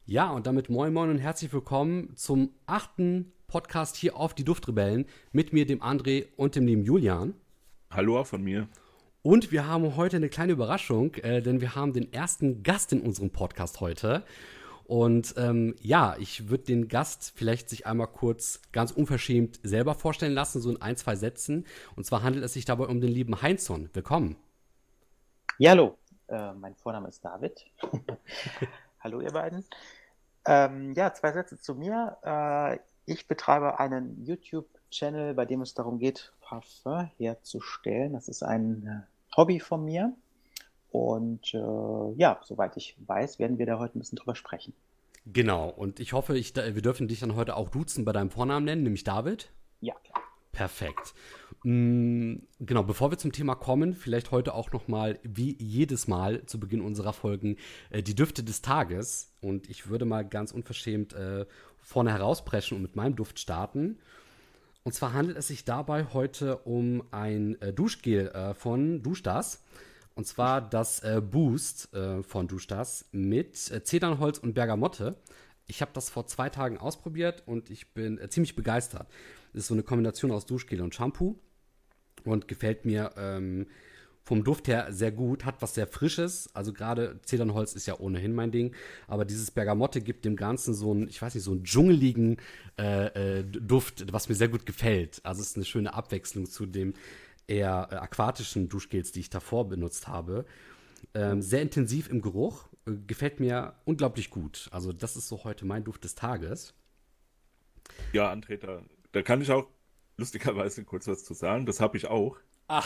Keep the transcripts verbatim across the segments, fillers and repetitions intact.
Ja, und damit moin moin und herzlich willkommen zum achten Podcast hier auf die Duftrebellen mit mir, dem André und dem lieben Julian. Hallo auch von mir. Und wir haben heute eine kleine Überraschung, äh, denn wir haben den ersten Gast in unserem Podcast heute. Und ähm, ja, ich würde den Gast vielleicht sich einmal kurz ganz unverschämt selber vorstellen lassen, so in ein, zwei Sätzen. Und zwar handelt es sich dabei um den lieben Heinzson. Willkommen. Ja, hallo, äh, mein Vorname ist David. Hallo, ihr beiden. Ähm, ja, zwei Sätze zu mir. Äh, ich betreibe einen YouTube-Channel, bei dem es darum geht, Parfum herzustellen. Das ist ein äh, Hobby von mir. Und äh, ja, soweit ich weiß, werden wir da heute ein bisschen drüber sprechen. Genau, und ich hoffe, ich, wir dürfen dich dann heute auch duzen bei deinem Vornamen nennen, nämlich David. Ja, klar. Perfekt. Mm, genau, bevor wir zum Thema kommen, vielleicht heute auch noch mal, wie jedes Mal zu Beginn unserer Folgen, äh, die Düfte des Tages. Und ich würde mal ganz unverschämt äh, vorne herauspreschen und mit meinem Duft starten. Und zwar handelt es sich dabei heute um ein äh, Duschgel äh, von Duschdas. Und zwar das äh, Boost äh, von Duschdas mit äh, Zedernholz und Bergamotte. Ich habe das vor zwei Tagen ausprobiert und ich bin äh, ziemlich begeistert. Das ist so eine Kombination aus Duschgel und Shampoo und gefällt mir ähm, vom Duft her sehr gut. Hat was sehr Frisches, also gerade Zedernholz ist ja ohnehin mein Ding, aber dieses Bergamotte gibt dem Ganzen so einen, ich weiß nicht, so einen dschungeligen äh, äh, Duft, was mir sehr gut gefällt. Also es ist eine schöne Abwechslung zu dem eher äh, aquatischen Duschgels, die ich davor benutzt habe. Ähm, sehr intensiv im Geruch, äh, gefällt mir unglaublich gut. Also das ist so heute mein Duft des Tages. Ja, André, da, da kann ich auch lustigerweise kurz was zu sagen. Das habe ich auch, Ah.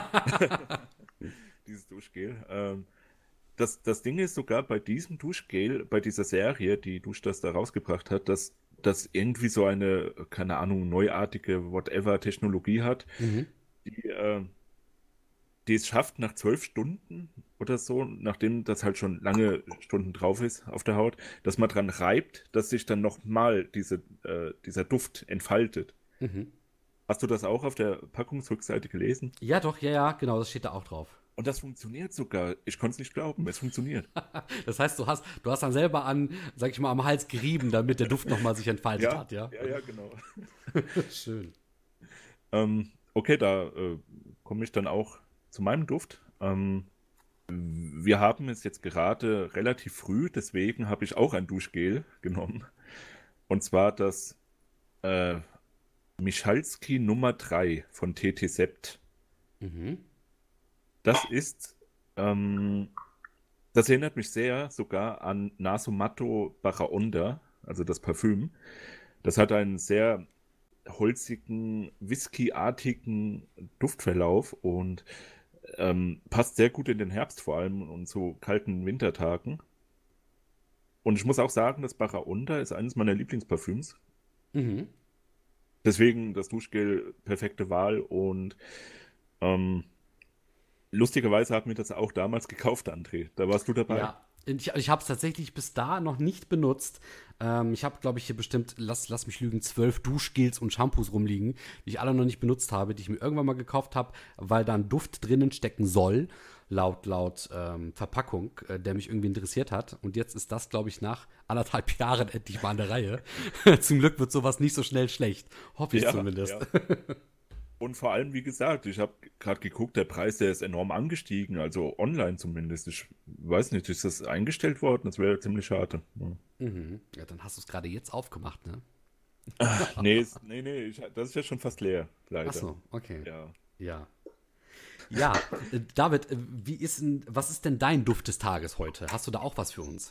dieses Duschgel. Ähm, das, das Ding ist sogar bei diesem Duschgel, bei dieser Serie, die Dusch das da rausgebracht hat, dass das irgendwie so eine, keine Ahnung, neuartige, whatever Technologie hat, Mhm. die, äh, die es schafft, nach zwölf Stunden oder so, nachdem das halt schon lange Stunden drauf ist auf der Haut, dass man dran reibt, dass sich dann nochmal diese, äh, dieser Duft entfaltet. Mhm. Hast du das auch auf der Packungsrückseite gelesen? Ja, doch, ja, ja, genau, das steht da auch drauf. Und das funktioniert sogar. Ich konnte es nicht glauben, es funktioniert. Das heißt, du hast, du hast dann selber an, sag ich mal, am Hals gerieben, damit der Duft nochmal sich entfaltet Ja, hat, ja? ja, ja, genau. Schön. Ähm, okay, da äh, komme ich dann auch zu meinem Duft. Ähm, wir haben es jetzt gerade relativ früh, deswegen habe ich auch ein Duschgel genommen. Und zwar das äh, Michalski Nummer drei von T T Sept. Mhm. Das ist, ähm, das erinnert mich sehr sogar an Nasomatto Baraonda, also das Parfüm. Das hat einen sehr holzigen, whiskyartigen Duftverlauf und ähm, passt sehr gut in den Herbst vor allem und zu kalten Wintertagen. Und ich muss auch sagen, das Baraonda ist eines meiner Lieblingsparfüms. Mhm. Deswegen das Duschgel, perfekte Wahl und ähm, lustigerweise hat mir das auch damals gekauft, André. Da warst du dabei. Ja, ich, ich habe es tatsächlich bis da noch nicht benutzt. Ähm, ich habe, glaube ich, hier bestimmt, lass, lass mich lügen, zwölf Duschgels und Shampoos rumliegen, die ich alle noch nicht benutzt habe, die ich mir irgendwann mal gekauft habe, weil da ein Duft drinnen stecken soll, laut, laut ähm, Verpackung, äh, der mich irgendwie interessiert hat. Und jetzt ist das, glaube ich, nach anderthalb Jahren endlich mal an der Reihe. Zum Glück wird sowas nicht so schnell schlecht. Hoffe ich Ja, zumindest. ja. Und vor allem, wie gesagt, ich habe gerade geguckt, der Preis, der ist enorm angestiegen, also online zumindest. Ich weiß nicht, ist das eingestellt worden? Das wäre ziemlich schade. Ja. Mhm. Ja, dann hast du es gerade jetzt aufgemacht, ne? Nee, ist, nee, nee, ich, das ist ja schon fast leer, Ach leider. so, okay. Ja. Ja. Ja, äh, David, äh, wie ist denn, was ist denn dein Duft des Tages heute? Hast du da auch was für uns?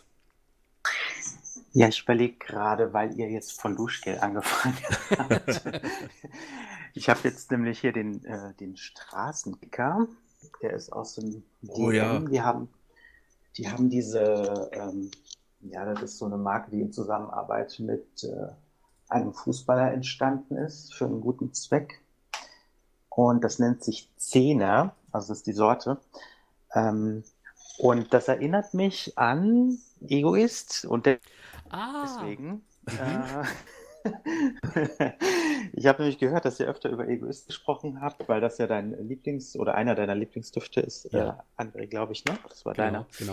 Ja, ich überlege gerade, weil ihr jetzt von Duschgel angefangen habt. Ich habe jetzt nämlich hier den, äh, den Straßenkicker. Der ist aus dem Oh ja. D M. Die haben, die haben diese, ähm, ja, das ist so eine Marke, die in Zusammenarbeit mit äh, einem Fußballer entstanden ist, für einen guten Zweck. Und das nennt sich Zehner, also das ist die Sorte. Ähm, und das erinnert mich an Egoist und Ah, deswegen. Mhm. Äh, ich habe nämlich gehört, dass ihr öfter über Egoist gesprochen habt, weil das ja dein Lieblings- oder einer deiner Lieblingsdüfte ist, äh, ja, André, glaube ich, ne? Das war deiner. genau, genau.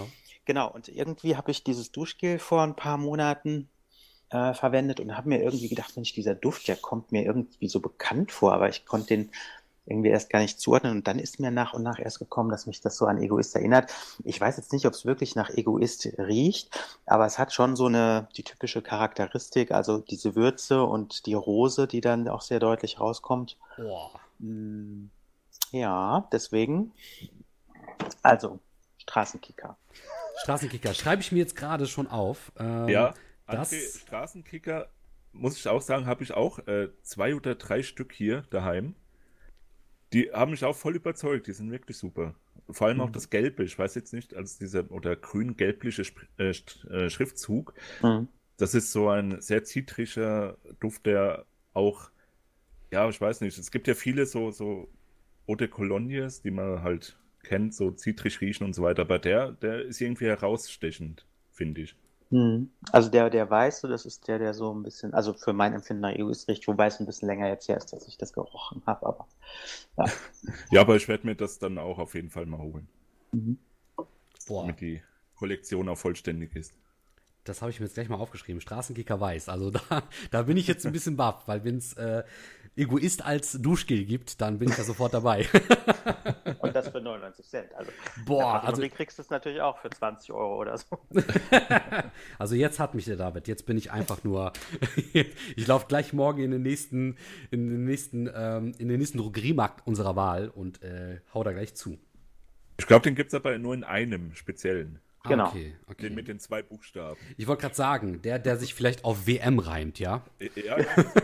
Genau, und irgendwie habe ich dieses Duschgel vor ein paar Monaten äh, verwendet und habe mir irgendwie gedacht, Mensch, dieser Duft, der kommt mir irgendwie so bekannt vor, aber ich konnte den irgendwie erst gar nicht zuordnen und dann ist mir nach und nach erst gekommen, dass mich das so an Egoist erinnert. Ich weiß jetzt nicht, ob es wirklich nach Egoist riecht, aber es hat schon so eine, die typische Charakteristik, also diese Würze und die Rose, die dann auch sehr deutlich rauskommt. Boah. Mm, Ja, deswegen, also Straßenkicker. Straßenkicker, schreibe ich mir jetzt gerade schon auf. Ähm, Ja, das, André, Straßenkicker, muss ich auch sagen, habe ich auch äh, zwei oder drei Stück hier daheim. Die haben mich auch voll überzeugt, die sind wirklich super. Vor allem auch Mhm. das Gelbe, ich weiß jetzt nicht, als dieser oder grün-gelbliche Sp- äh, St- äh, Schriftzug, Mhm. das ist so ein sehr zitrischer Duft, der auch, ja, ich weiß nicht, es gibt ja viele so, so Eau de Colognes, die man halt kennt, so zitrig riechen und so weiter, aber der, der ist irgendwie herausstechend, finde ich. Mhm. Also der, der Weiße, das ist der, der so ein bisschen, also für mein Empfinden nach Egoist riecht, wobei es ein bisschen länger jetzt her ist, dass ich das gerochen habe, aber ja. Ja, aber ich werde mir das dann auch auf jeden Fall mal holen, Mhm. boah, damit die Kollektion auch vollständig ist. das habe ich mir jetzt gleich mal aufgeschrieben. Straßenkicker weiß. Also da, da bin ich jetzt ein bisschen baff, weil wenn es äh, Egoist als Duschgel gibt, dann bin ich da sofort dabei. Und das für neunundneunzig Cent. Also in der Boah, also, Parfümerie kriegst du es natürlich auch für zwanzig Euro oder so. also jetzt hat mich der David. Jetzt bin ich einfach nur. Ich laufe gleich morgen in den nächsten, in den nächsten, ähm, in den nächsten Drogeriemarkt unserer Wahl und äh, hau da gleich zu. Ich glaube, den gibt es aber nur in einem speziellen. Ah, Genau. okay, okay. Den mit den zwei Buchstaben. Ich wollte gerade sagen, der, der sich vielleicht auf W M reimt, ja? Ja,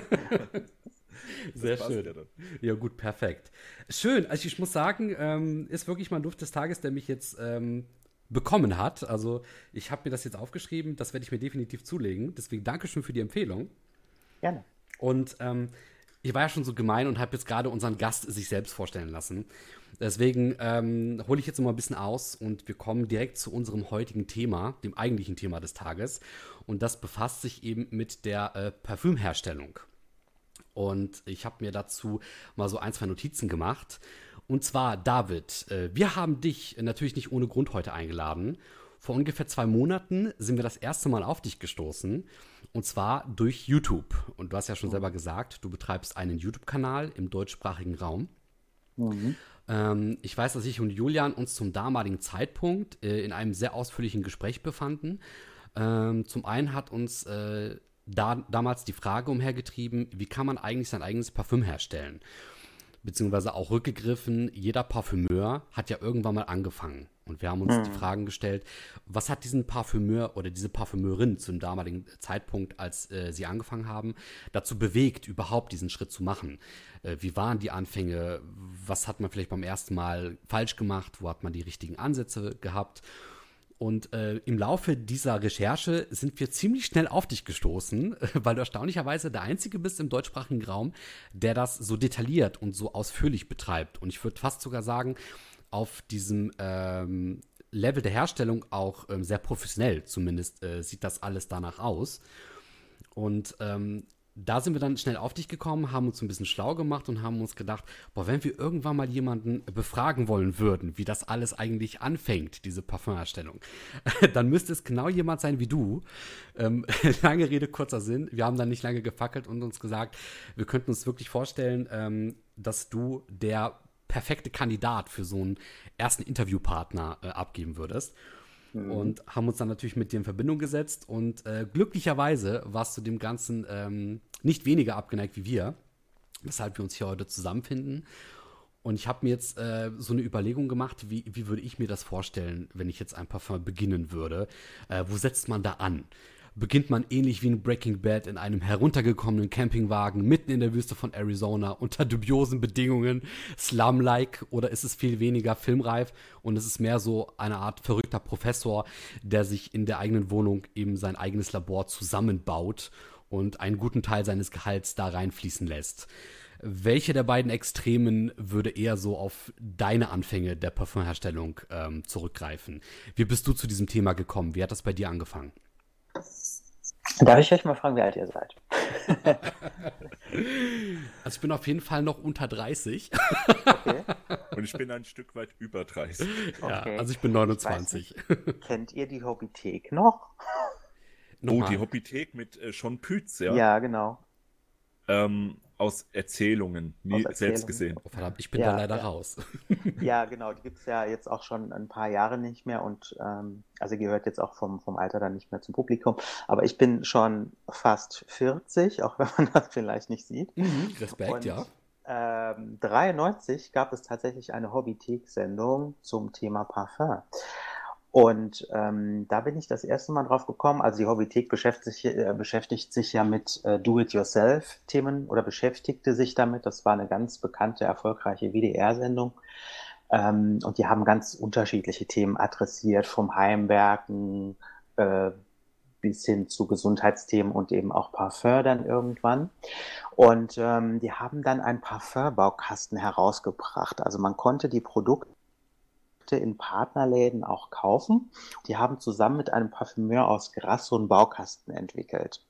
Sehr passt schön. ja dann. Ja, gut, perfekt. Schön. Also ich muss sagen, ähm, ist wirklich mein Duft des Tages, der mich jetzt ähm, bekommen hat. Also ich habe mir das jetzt aufgeschrieben, das werde ich mir definitiv zulegen. Deswegen Dankeschön für die Empfehlung. Gerne. Und ähm, ich war ja schon so gemein und habe jetzt gerade unseren Gast sich selbst vorstellen lassen. Deswegen ähm, hole ich jetzt noch mal ein bisschen aus und wir kommen direkt zu unserem heutigen Thema, dem eigentlichen Thema des Tages. Und das befasst sich eben mit der äh, Parfümherstellung. Und ich habe mir dazu mal so ein, zwei Notizen gemacht. Und zwar, David, äh, wir haben dich natürlich nicht ohne Grund heute eingeladen. Vor ungefähr zwei Monaten sind wir das erste Mal auf dich gestoßen. Und zwar durch YouTube. Und du hast ja schon selber gesagt, du betreibst einen YouTube-Kanal im deutschsprachigen Raum. Mhm. Ähm, ich weiß, dass ich und Julian uns zum damaligen Zeitpunkt äh, in einem sehr ausführlichen Gespräch befanden. Ähm, zum einen hat uns äh, da, damals die Frage umhergetrieben, wie kann man eigentlich sein eigenes Parfüm herstellen? Beziehungsweise auch rückgegriffen, jeder Parfümeur hat ja irgendwann mal angefangen. Und wir haben uns Mhm. die Fragen gestellt, was hat diesen Parfümeur oder diese Parfümeurin zum damaligen Zeitpunkt, als äh, sie angefangen haben, dazu bewegt, überhaupt diesen Schritt zu machen? Äh, wie waren die Anfänge? Was hat man vielleicht beim ersten Mal falsch gemacht? Wo hat man die richtigen Ansätze gehabt? Und äh, im Laufe dieser Recherche sind wir ziemlich schnell auf dich gestoßen, weil du erstaunlicherweise der Einzige bist im deutschsprachigen Raum, der das so detailliert und so ausführlich betreibt. Und ich würde fast sogar sagen, auf diesem ähm, Level der Herstellung auch ähm, sehr professionell. Zumindest äh, sieht das alles danach aus. Und ähm, da sind wir dann schnell auf dich gekommen, haben uns ein bisschen schlau gemacht und haben uns gedacht, boah, wenn wir irgendwann mal jemanden befragen wollen würden, wie das alles eigentlich anfängt, diese Parfümherstellung, dann müsste es genau jemand sein wie du. Ähm, lange Rede, kurzer Sinn. Wir haben dann nicht lange gefackelt und uns gesagt, wir könnten uns wirklich vorstellen, ähm, dass du der perfekte Kandidat für so einen ersten Interviewpartner äh, abgeben würdest. Und haben uns dann natürlich mit dir in Verbindung gesetzt und äh, glücklicherweise warst du dem Ganzen ähm, nicht weniger abgeneigt wie wir, weshalb wir uns hier heute zusammenfinden. Und ich habe mir jetzt äh, so eine Überlegung gemacht, wie, wie würde ich mir das vorstellen, wenn ich jetzt ein Parfum beginnen würde. Äh, wo setzt man da an? Beginnt man ähnlich wie in Breaking Bad in einem heruntergekommenen Campingwagen mitten in der Wüste von Arizona unter dubiosen Bedingungen, Slum-like, oder ist es viel weniger filmreif und es ist mehr so eine Art verrückter Professor, der sich in der eigenen Wohnung eben sein eigenes Labor zusammenbaut und einen guten Teil seines Gehalts da reinfließen lässt? Welche der beiden Extremen würde eher so auf deine Anfänge der Parfümherstellung ähm, zurückgreifen? Wie bist du zu diesem Thema gekommen? Wie hat das bei dir angefangen? Darf ich euch mal fragen, wie alt ihr seid? Also ich bin auf jeden Fall noch unter dreißig. Okay. Und ich bin ein Stück weit über dreißig. Ja, Okay. also ich bin neunundzwanzig. Kennt ihr die Hobbythek noch? Oh, Nochmal. die Hobbythek mit äh, Sean Pütz, ja? Ja, genau. Ähm, aus Erzählungen, nie Aus selbst Erzählungen. gesehen. Oh, verdammt, ich bin Ja, da leider ja. raus. Ja, genau, die gibt es ja jetzt auch schon ein paar Jahre nicht mehr und ähm, also gehört jetzt auch vom, vom Alter dann nicht mehr zum Publikum. Aber ich bin schon fast vierzig, auch wenn man das vielleicht nicht sieht. Mhm, Respekt, Und ja. ähm, dreiundneunzig gab es tatsächlich eine Hobbythek-Sendung zum Thema Parfum. Und ähm, da bin ich das erste Mal drauf gekommen. Also die Hobbythek beschäftigt sich, äh, beschäftigt sich ja mit äh, Do-it-yourself-Themen oder beschäftigte sich damit. Das war eine ganz bekannte, erfolgreiche W D R-Sendung. Ähm, und die haben ganz unterschiedliche Themen adressiert, vom Heimwerken äh, bis hin zu Gesundheitsthemen und eben auch Parfum dann irgendwann. Und ähm, die haben dann einen Parfumbaukasten herausgebracht. Also man konnte die Produkte in Partnerläden auch kaufen. Die haben zusammen mit einem Parfümeur aus Grasse so einen Baukasten entwickelt.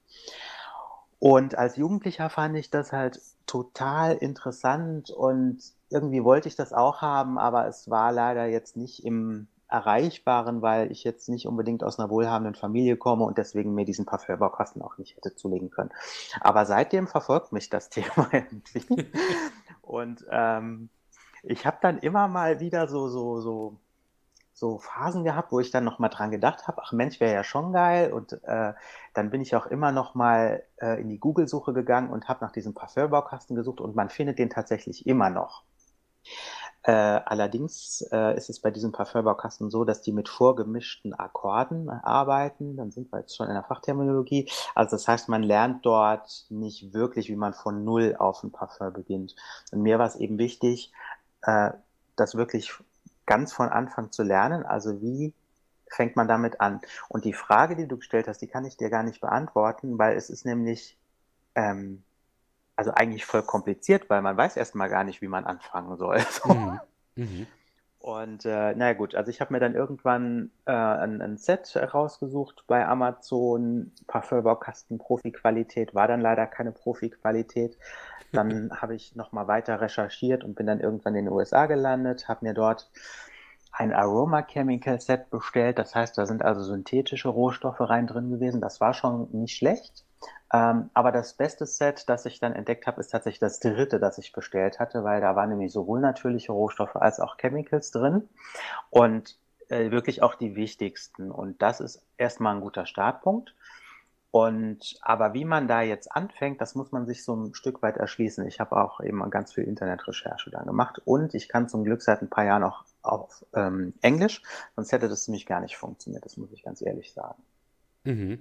Und als Jugendlicher fand ich das halt total interessant und irgendwie wollte ich das auch haben, aber es war leider jetzt nicht im Erreichbaren, weil ich jetzt nicht unbedingt aus einer wohlhabenden Familie komme und deswegen mir diesen Parfümbaukasten auch nicht hätte zulegen können. Aber seitdem verfolgt mich das Thema irgendwie. Und ähm, ich habe dann immer mal wieder so, so, so, so Phasen gehabt, wo ich dann nochmal dran gedacht habe, ach Mensch, wäre ja schon geil. Und äh, dann bin ich auch immer nochmal äh, in die Google-Suche gegangen und habe nach diesem Parfümbaukasten gesucht und man findet den tatsächlich immer noch. Äh, allerdings äh, ist es bei diesem Parfümbaukasten so, dass die mit vorgemischten Akkorden arbeiten. Dann sind wir jetzt schon in der Fachterminologie. Also das heißt, man lernt dort nicht wirklich, wie man von Null auf ein Parfum beginnt. Und mir war es eben wichtig, äh, das wirklich ganz von Anfang zu lernen. Also wie fängt man damit an? Und die Frage, die du gestellt hast, die kann ich dir gar nicht beantworten, weil es ist nämlich ähm, also eigentlich voll kompliziert, weil man weiß erstmal gar nicht, wie man anfangen soll. So. Mhm. Mhm. Und äh, naja gut, also ich habe mir dann irgendwann äh, ein, ein Set rausgesucht bei Amazon, Parfümbaukasten Profi-Qualität, war dann leider keine Profi-Qualität. Dann habe ich nochmal weiter recherchiert und bin dann irgendwann in den U S A gelandet, habe mir dort ein Aroma Chemical Set bestellt. Das heißt, da sind also synthetische Rohstoffe rein drin gewesen. Das war schon nicht schlecht. Ähm, aber das beste Set, das ich dann entdeckt habe, ist tatsächlich das dritte, das ich bestellt hatte, weil da waren nämlich sowohl natürliche Rohstoffe als auch Chemicals drin und äh, wirklich auch die wichtigsten. Und das ist erstmal ein guter Startpunkt. Und aber wie man da jetzt anfängt, das muss man sich so ein Stück weit erschließen. Ich habe auch eben ganz viel Internetrecherche da gemacht und ich kann zum Glück seit ein paar Jahren auch auf ähm, Englisch, sonst hätte das nämlich gar nicht funktioniert, das muss ich ganz ehrlich sagen. Mhm.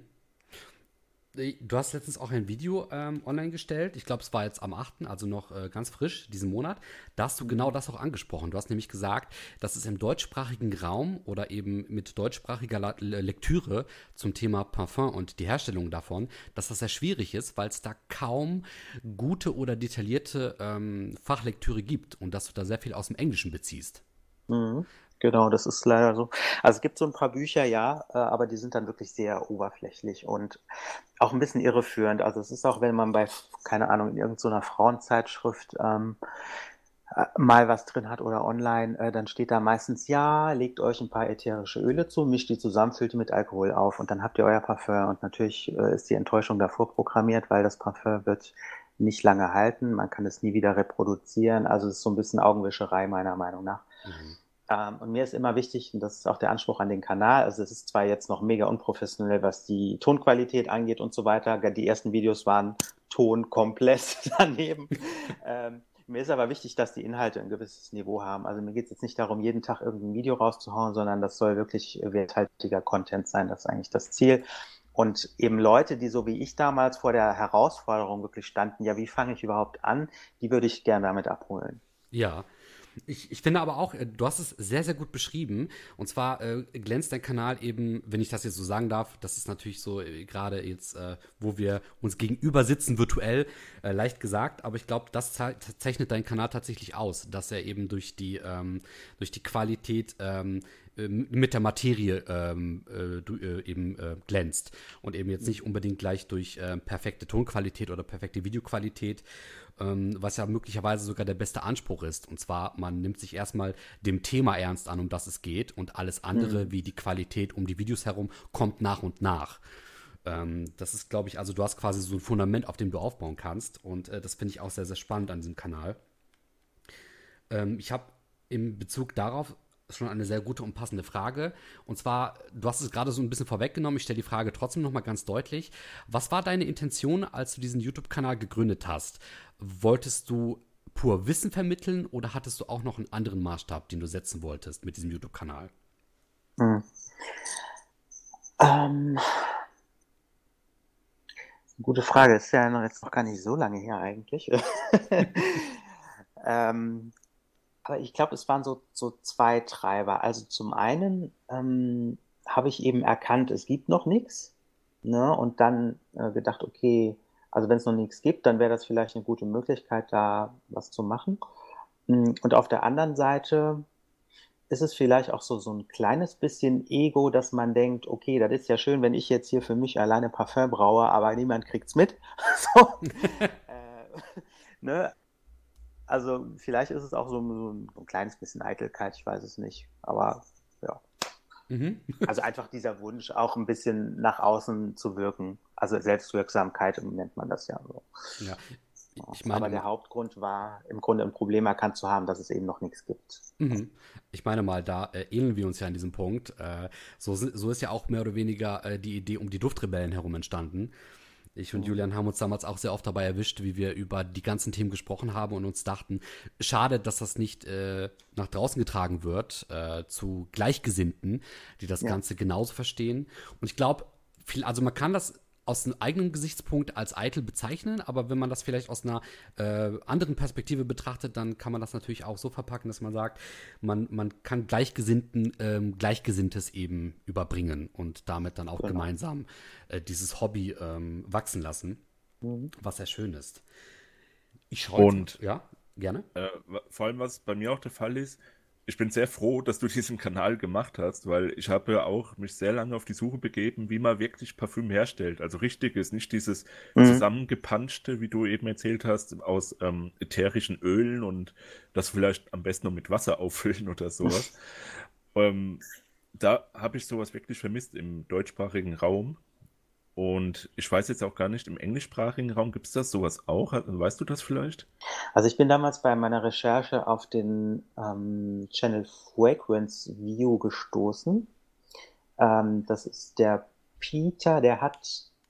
Du hast letztens auch ein Video ähm, online gestellt. Ich glaube, es war jetzt am achten, also noch äh, ganz frisch, diesen Monat. Da hast du genau das auch angesprochen. Du hast nämlich gesagt, dass es im deutschsprachigen Raum oder eben mit deutschsprachiger La Lektüre zum Thema Parfum und die Herstellung davon, dass das sehr schwierig ist, weil es da kaum gute oder detaillierte ähm, Fachlektüre gibt und dass du da sehr viel aus dem Englischen beziehst. Mhm. Genau, das ist leider so. Also es gibt so ein paar Bücher, ja, äh, aber die sind dann wirklich sehr oberflächlich und auch ein bisschen irreführend. Also es ist auch, wenn man bei, keine Ahnung, in irgendeiner Frauenzeitschrift ähm, äh, mal was drin hat oder online, äh, dann steht da meistens, ja, legt euch ein paar ätherische Öle zu, mischt die zusammen, füllt die mit Alkohol auf und dann habt ihr euer Parfum. Und natürlich äh, ist die Enttäuschung davor programmiert, weil das Parfum wird nicht lange halten, man kann es nie wieder reproduzieren. Also es ist so ein bisschen Augenwischerei meiner Meinung nach. Mhm. Ähm, und mir ist immer wichtig, und das ist auch der Anspruch an den Kanal, also es ist zwar jetzt noch mega unprofessionell, was die Tonqualität angeht und so weiter, die ersten Videos waren Ton komplett daneben. ähm, mir ist aber wichtig, dass die Inhalte ein gewisses Niveau haben. Also mir geht es jetzt nicht darum, jeden Tag irgendein Video rauszuhauen, sondern das soll wirklich werthaltiger Content sein, das ist eigentlich das Ziel. Und eben Leute, die so wie ich damals vor der Herausforderung wirklich standen, ja, wie fange ich überhaupt an, die würde ich gerne damit abholen. Ja. Ich, ich finde aber auch, äh, du hast es sehr, sehr gut beschrieben. Und zwar äh, glänzt dein Kanal eben, wenn ich das jetzt so sagen darf, das ist natürlich so äh, gerade jetzt, äh, wo wir uns gegenüber sitzen, virtuell, äh, leicht gesagt. Aber ich glaube, das ze zeichnet deinen Kanal tatsächlich aus, dass er eben durch die, ähm, durch die Qualität ähm, mit der Materie ähm, äh, du, äh, eben äh, glänzt und eben jetzt nicht unbedingt gleich durch äh, perfekte Tonqualität oder perfekte Videoqualität, ähm, was ja möglicherweise sogar der beste Anspruch ist. Und zwar, man nimmt sich erstmal dem Thema ernst an, um das es geht, und alles andere, Mhm. wie die Qualität um die Videos herum, kommt nach und nach. Ähm, das ist, glaube ich, also du hast quasi so ein Fundament, auf dem du aufbauen kannst, und äh, das finde ich auch sehr, sehr spannend an diesem Kanal. Ähm, ich habe in Bezug darauf schon eine sehr gute und passende Frage. Und zwar, du hast es gerade so ein bisschen vorweggenommen, ich stelle die Frage trotzdem nochmal ganz deutlich. Was war deine Intention, als du diesen YouTube-Kanal gegründet hast? Wolltest du pur Wissen vermitteln oder hattest du auch noch einen anderen Maßstab, den du setzen wolltest mit diesem YouTube-Kanal? Mhm. Ähm, Gute Frage. Ist ja jetzt noch gar nicht so lange her eigentlich. ähm, aber ich glaube, es waren so, so zwei Treiber. Also zum einen ähm, habe ich eben erkannt, es gibt noch nichts. Ne? Und dann äh, gedacht, okay, also wenn es noch nichts gibt, dann wäre das vielleicht eine gute Möglichkeit, da was zu machen. Mm, Und auf der anderen Seite ist es vielleicht auch so, so ein kleines bisschen Ego, dass man denkt, okay, das ist ja schön, wenn ich jetzt hier für mich alleine Parfüm braue, aber niemand kriegt's mit. So, äh, ne? Also vielleicht ist es auch so, so ein, so ein kleines bisschen Eitelkeit, ich weiß es nicht. Aber ja, Mhm. also einfach dieser Wunsch, auch ein bisschen nach außen zu wirken. Also Selbstwirksamkeit nennt man das ja so. Ja, Ja. ich Aber meine, der Hauptgrund war im Grunde ein Problem erkannt zu haben, dass es eben noch nichts gibt. mhm. Ich meine mal, da äh, ähneln wir uns ja an diesem Punkt. Äh, so, si- so ist ja auch mehr oder weniger äh, die Idee um die Duftrebellen herum entstanden. Ich und Mhm. Julian haben uns damals auch sehr oft dabei erwischt, wie wir über die ganzen Themen gesprochen haben und uns dachten, schade, dass das nicht äh, nach draußen getragen wird, äh, zu Gleichgesinnten, die das Ja, Ganze genauso verstehen. Und ich glaube, also man kann das aus einem eigenen Gesichtspunkt als eitel bezeichnen, aber wenn man das vielleicht aus einer äh, anderen Perspektive betrachtet, dann kann man das natürlich auch so verpacken, dass man sagt, man, man kann Gleichgesinnten ähm, Gleichgesinntes eben überbringen und damit dann auch genau. gemeinsam äh, dieses Hobby ähm, wachsen lassen, Mhm. was sehr schön ist. Ich schaue jetzt mal, Und ja, gerne. äh, wa- vor allem, was bei mir auch der Fall ist, ich bin sehr froh, dass du diesen Kanal gemacht hast, weil ich habe ja auch mich sehr lange auf die Suche begeben, wie man wirklich Parfüm herstellt. Also richtiges, nicht dieses Mhm. zusammengepanschte, wie du eben erzählt hast, aus ähm, ätherischen Ölen und das vielleicht am besten noch mit Wasser auffüllen oder sowas. Ähm, Da habe ich sowas wirklich vermisst im deutschsprachigen Raum. Und ich weiß jetzt auch gar nicht, im englischsprachigen Raum gibt es das sowas auch? Weißt du das vielleicht? Also ich bin damals bei meiner Recherche auf den ähm, Channel Fragrance View gestoßen. Ähm, das ist der Peter, der hat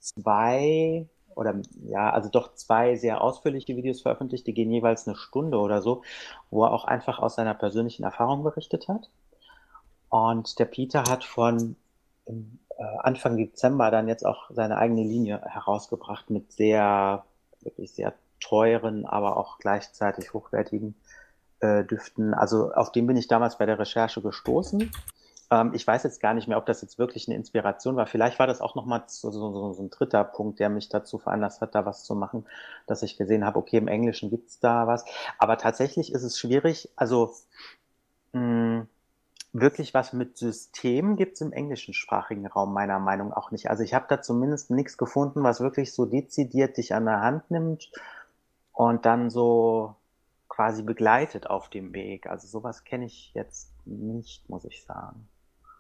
zwei oder ja, also doch zwei sehr ausführliche Videos veröffentlicht, die gehen jeweils eine Stunde oder so, wo er auch einfach aus seiner persönlichen Erfahrung berichtet hat. Und der Peter hat von im, äh, Anfang Dezember dann jetzt auch seine eigene Linie herausgebracht mit sehr, wirklich sehr teuren, aber auch gleichzeitig hochwertigen äh, Düften. Also auf den bin ich damals bei der Recherche gestoßen. Ähm, ich weiß jetzt gar nicht mehr, ob das jetzt wirklich eine Inspiration war. Vielleicht war das auch nochmal so, so, so, so ein dritter Punkt, der mich dazu veranlasst hat, da was zu machen, dass ich gesehen habe, okay, im Englischen gibt's da was. Aber tatsächlich ist es schwierig. Also mh, wirklich was mit System gibt's im englischsprachigen Raum meiner Meinung nach auch nicht. Also ich habe da zumindest nichts gefunden, was wirklich so dezidiert dich an der Hand nimmt und dann so quasi begleitet auf dem Weg. Also sowas kenne ich jetzt nicht, muss ich sagen.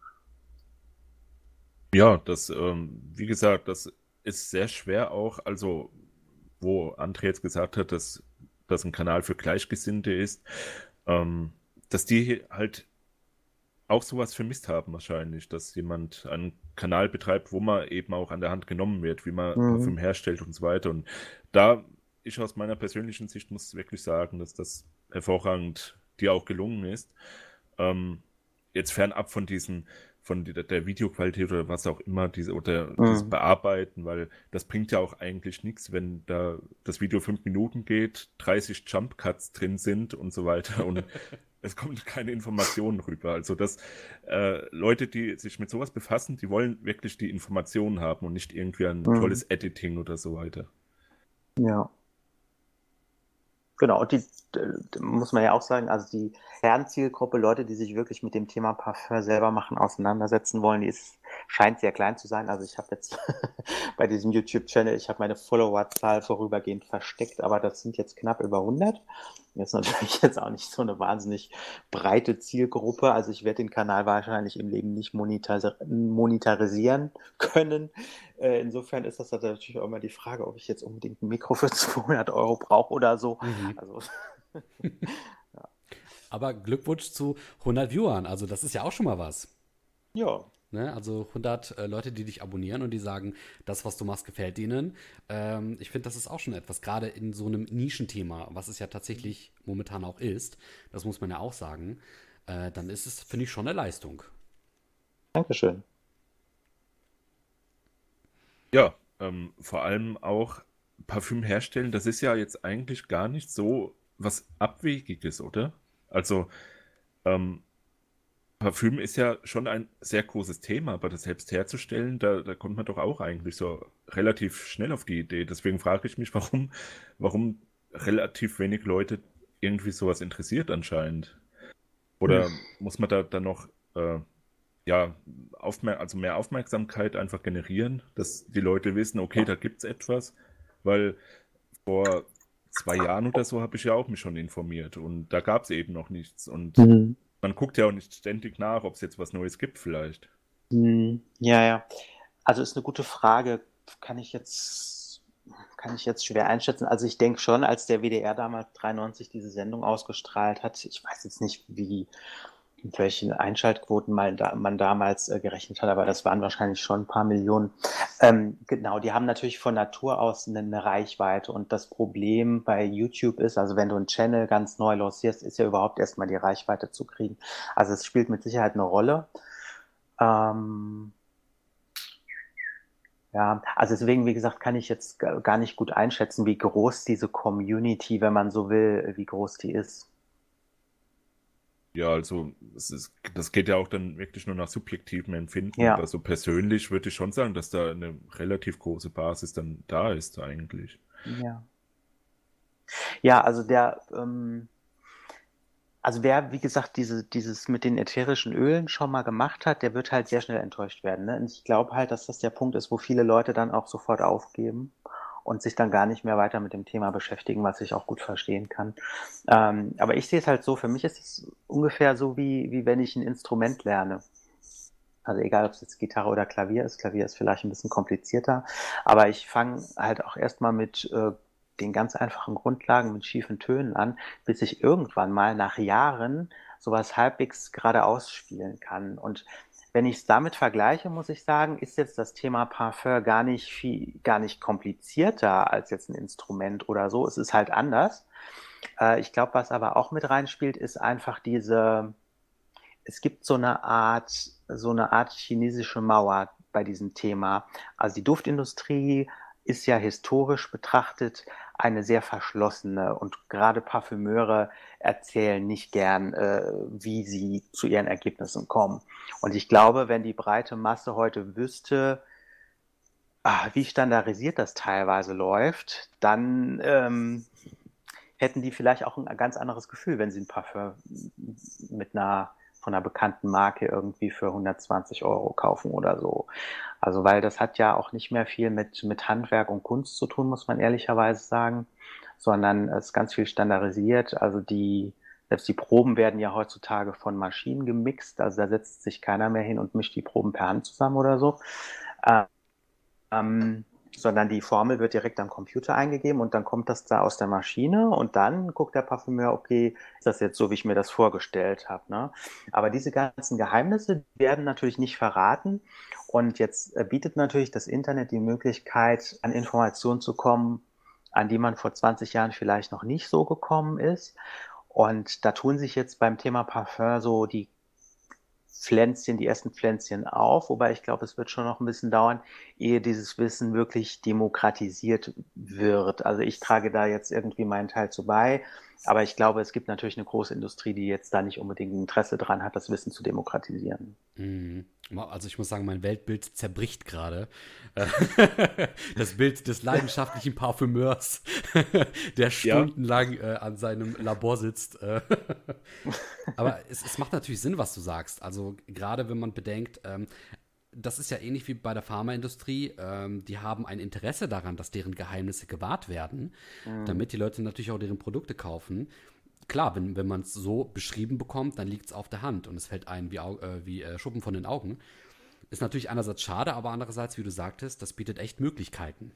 Ja, das, ähm, wie gesagt, das ist sehr schwer auch, also wo André jetzt gesagt hat, dass das ein Kanal für Gleichgesinnte ist, ähm, dass die halt auch sowas vermisst haben wahrscheinlich, dass jemand einen Kanal betreibt, wo man eben auch an der Hand genommen wird, wie man Mhm. Parfüm herstellt und so weiter. Und da, ich aus meiner persönlichen Sicht muss wirklich sagen, dass das hervorragend dir auch gelungen ist. Ähm, Jetzt fernab von diesen, von der, der Videoqualität oder was auch immer, diese, oder dieses Mhm. Bearbeiten, weil das bringt ja auch eigentlich nichts, wenn da das Video fünf Minuten geht, dreißig Jump Cuts drin sind und so weiter und es kommt keine Informationen rüber. Also das, äh, Leute, die sich mit sowas befassen, die wollen wirklich die Informationen haben und nicht irgendwie ein Mhm. tolles Editing oder so weiter. Ja. Genau, und die äh, muss man ja auch sagen, also die Kernzielgruppe, Leute, die sich wirklich mit dem Thema Parfum selber machen, auseinandersetzen wollen, die ist, scheint sehr klein zu sein. Also ich habe jetzt bei diesem YouTube-Channel, ich habe meine Followerzahl vorübergehend versteckt, aber das sind jetzt knapp über hundert. Das ist natürlich jetzt auch nicht so eine wahnsinnig breite Zielgruppe. Also ich werde den Kanal wahrscheinlich im Leben nicht monetar monetarisieren können. Äh, insofern ist das natürlich auch immer die Frage, ob ich jetzt unbedingt ein Mikro für zweihundert Euro brauche oder so. Mhm. Also, Aber Glückwunsch zu hundert Viewern. Also das ist ja auch schon mal was. ja, Ne? Also hundert äh, Leute, die dich abonnieren und die sagen, das, was du machst, gefällt ihnen. Ähm, ich finde, das ist auch schon etwas, gerade in so einem Nischenthema, was es ja tatsächlich momentan auch ist, das muss man ja auch sagen, äh, dann ist es, finde ich, schon eine Leistung. Dankeschön. Ja, ähm, vor allem auch Parfüm herstellen, das ist ja jetzt eigentlich gar nicht so was Abwegiges, oder? Also, ähm, Parfüm ist ja schon ein sehr großes Thema, aber das selbst herzustellen, da, da kommt man doch auch eigentlich so relativ schnell auf die Idee. Deswegen frage ich mich, warum, warum relativ wenig Leute irgendwie sowas interessiert anscheinend. Hm. Oder muss man da dann noch äh, ja, aufmer also mehr Aufmerksamkeit einfach generieren, dass die Leute wissen, okay, da gibt's etwas, weil vor zwei Jahren oder so habe ich ja auch mich schon informiert und da gab es eben noch nichts und Mhm. man guckt ja auch nicht ständig nach, ob es jetzt was Neues gibt vielleicht. Hm, ja, ja. Also ist eine gute Frage. Kann ich jetzt, kann ich jetzt schwer einschätzen. Also ich denke schon, als der W D R damals dreiundneunzig diese Sendung ausgestrahlt hat, ich weiß jetzt nicht, wie, mit welchen Einschaltquoten mal da, man damals äh, gerechnet hat, aber das waren wahrscheinlich schon ein paar Millionen. Ähm, genau, die haben natürlich von Natur aus eine, eine Reichweite und das Problem bei YouTube ist, also wenn du einen Channel ganz neu lancierst, ist ja überhaupt erstmal die Reichweite zu kriegen. Also es spielt mit Sicherheit eine Rolle. Ähm, ja, also deswegen, wie gesagt, kann ich jetzt ga- gar nicht gut einschätzen, wie groß diese Community, wenn man so will, wie groß die ist. Ja, also es ist, das geht ja auch dann wirklich nur nach subjektivem Empfinden, aber Ja, so persönlich würde ich schon sagen, dass da eine relativ große Basis dann da ist eigentlich. ja. Ja, also der, ähm, also wer, wie gesagt, diese, dieses mit den ätherischen Ölen schon mal gemacht hat, der wird halt sehr schnell enttäuscht werden. Ne? Und ich glaube halt, dass das der Punkt ist, wo viele Leute dann auch sofort aufgeben und sich dann gar nicht mehr weiter mit dem Thema beschäftigen, was ich auch gut verstehen kann. Ähm, aber ich sehe es halt so, für mich ist es ungefähr so, wie, wie wenn ich ein Instrument lerne. Also egal, ob es jetzt Gitarre oder Klavier ist. Klavier ist vielleicht ein bisschen komplizierter, aber ich fange halt auch erstmal mit äh, den ganz einfachen Grundlagen, mit schiefen Tönen an, bis ich irgendwann mal nach Jahren sowas halbwegs geradeaus spielen kann. Und wenn ich es damit vergleiche, muss ich sagen, ist jetzt das Thema Parfum gar nicht viel, gar nicht komplizierter als jetzt ein Instrument oder so. Es ist halt anders. Äh, ich glaube, was aber auch mit reinspielt, ist einfach diese, es gibt so eine Art, so eine Art chinesische Mauer bei diesem Thema. Also die Duftindustrie ist ja historisch betrachtet eine sehr verschlossene und gerade Parfümeure erzählen nicht gern, äh, wie sie zu ihren Ergebnissen kommen. Und ich glaube, wenn die breite Masse heute wüsste, ah, wie standardisiert das teilweise läuft, dann ähm, hätten die vielleicht auch ein ganz anderes Gefühl, wenn sie ein Parfum mit einer von einer bekannten Marke irgendwie für hundertzwanzig Euro kaufen oder so. Also, weil das hat ja auch nicht mehr viel mit, mit Handwerk und Kunst zu tun, muss man ehrlicherweise sagen, sondern es ist ganz viel standardisiert. Also die, selbst die Proben werden ja heutzutage von Maschinen gemixt. Also da setzt sich keiner mehr hin und mischt die Proben per Hand zusammen oder so. Ähm, sondern die Formel wird direkt am Computer eingegeben und dann kommt das da aus der Maschine und dann guckt der Parfümeur, okay, ist das jetzt so, wie ich mir das vorgestellt habe. Ne? Aber diese ganzen Geheimnisse werden natürlich nicht verraten und jetzt äh, bietet natürlich das Internet die Möglichkeit, an Informationen zu kommen, an die man vor zwanzig Jahren vielleicht noch nicht so gekommen ist. Und da tun sich jetzt beim Thema Parfum so die Pflänzchen, die ersten Pflänzchen auf, wobei ich glaube, es wird schon noch ein bisschen dauern, ehe dieses Wissen wirklich demokratisiert wird. Also ich trage da jetzt irgendwie meinen Teil zu bei, Aber ich glaube, es gibt natürlich eine große Industrie, die jetzt da nicht unbedingt ein Interesse dran hat, das Wissen zu demokratisieren. Mhm. Also ich muss sagen, mein Weltbild zerbricht gerade. Äh, Das Bild des leidenschaftlichen Parfümeurs, der Ja, stundenlang äh, an seinem Labor sitzt. Äh. Aber es, es macht natürlich Sinn, was du sagst. Also gerade wenn man bedenkt, ähm, das ist ja ähnlich wie bei der Pharmaindustrie. Ähm, die haben ein Interesse daran, dass deren Geheimnisse gewahrt werden, Mhm. damit die Leute natürlich auch deren Produkte kaufen. Klar, wenn, wenn man es so beschrieben bekommt, dann liegt es auf der Hand und es fällt einem wie, Au- äh, wie äh, Schuppen von den Augen. Ist natürlich einerseits schade, aber andererseits, wie du sagtest, das bietet echt Möglichkeiten.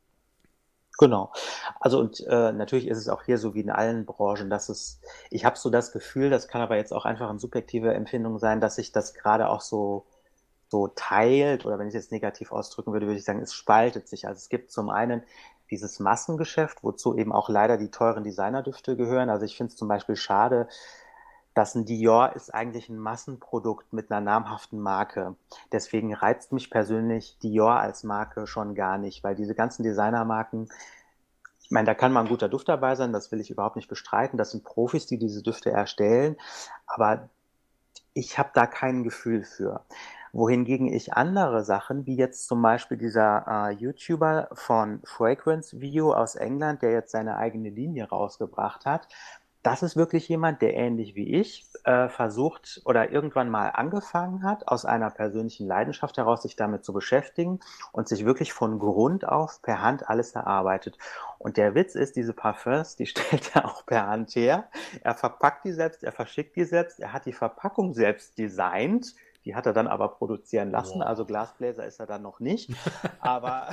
Genau. Also und äh, natürlich ist es auch hier so wie in allen Branchen, dass es, ich habe so das Gefühl, das kann aber jetzt auch einfach eine subjektive Empfindung sein, dass sich das gerade auch so so teilt, oder wenn ich es jetzt negativ ausdrücken würde, würde ich sagen, es spaltet sich. Also es gibt zum einen dieses Massengeschäft, wozu eben auch leider die teuren Designerdüfte gehören. Also ich finde es zum Beispiel schade, dass ein Dior ist eigentlich ein Massenprodukt mit einer namhaften Marke. Deswegen reizt mich persönlich Dior als Marke schon gar nicht, weil diese ganzen Designermarken, ich meine, da kann mal ein guter Duft dabei sein, das will ich überhaupt nicht bestreiten. Das sind Profis, die diese Düfte erstellen, aber ich habe da kein Gefühl für. Wohingegen ich andere Sachen, wie jetzt zum Beispiel dieser äh, YouTuber von Fragrance View aus England, der jetzt seine eigene Linie rausgebracht hat, das ist wirklich jemand, der ähnlich wie ich äh, versucht oder irgendwann mal angefangen hat, aus einer persönlichen Leidenschaft heraus sich damit zu beschäftigen und sich wirklich von Grund auf per Hand alles erarbeitet. Und der Witz ist, diese Parfums, die stellt er auch per Hand her. Er verpackt die selbst, er verschickt die selbst, er hat die Verpackung selbst designt. Die hat er dann aber produzieren lassen, also Boah. Glasbläser ist er dann noch nicht. Aber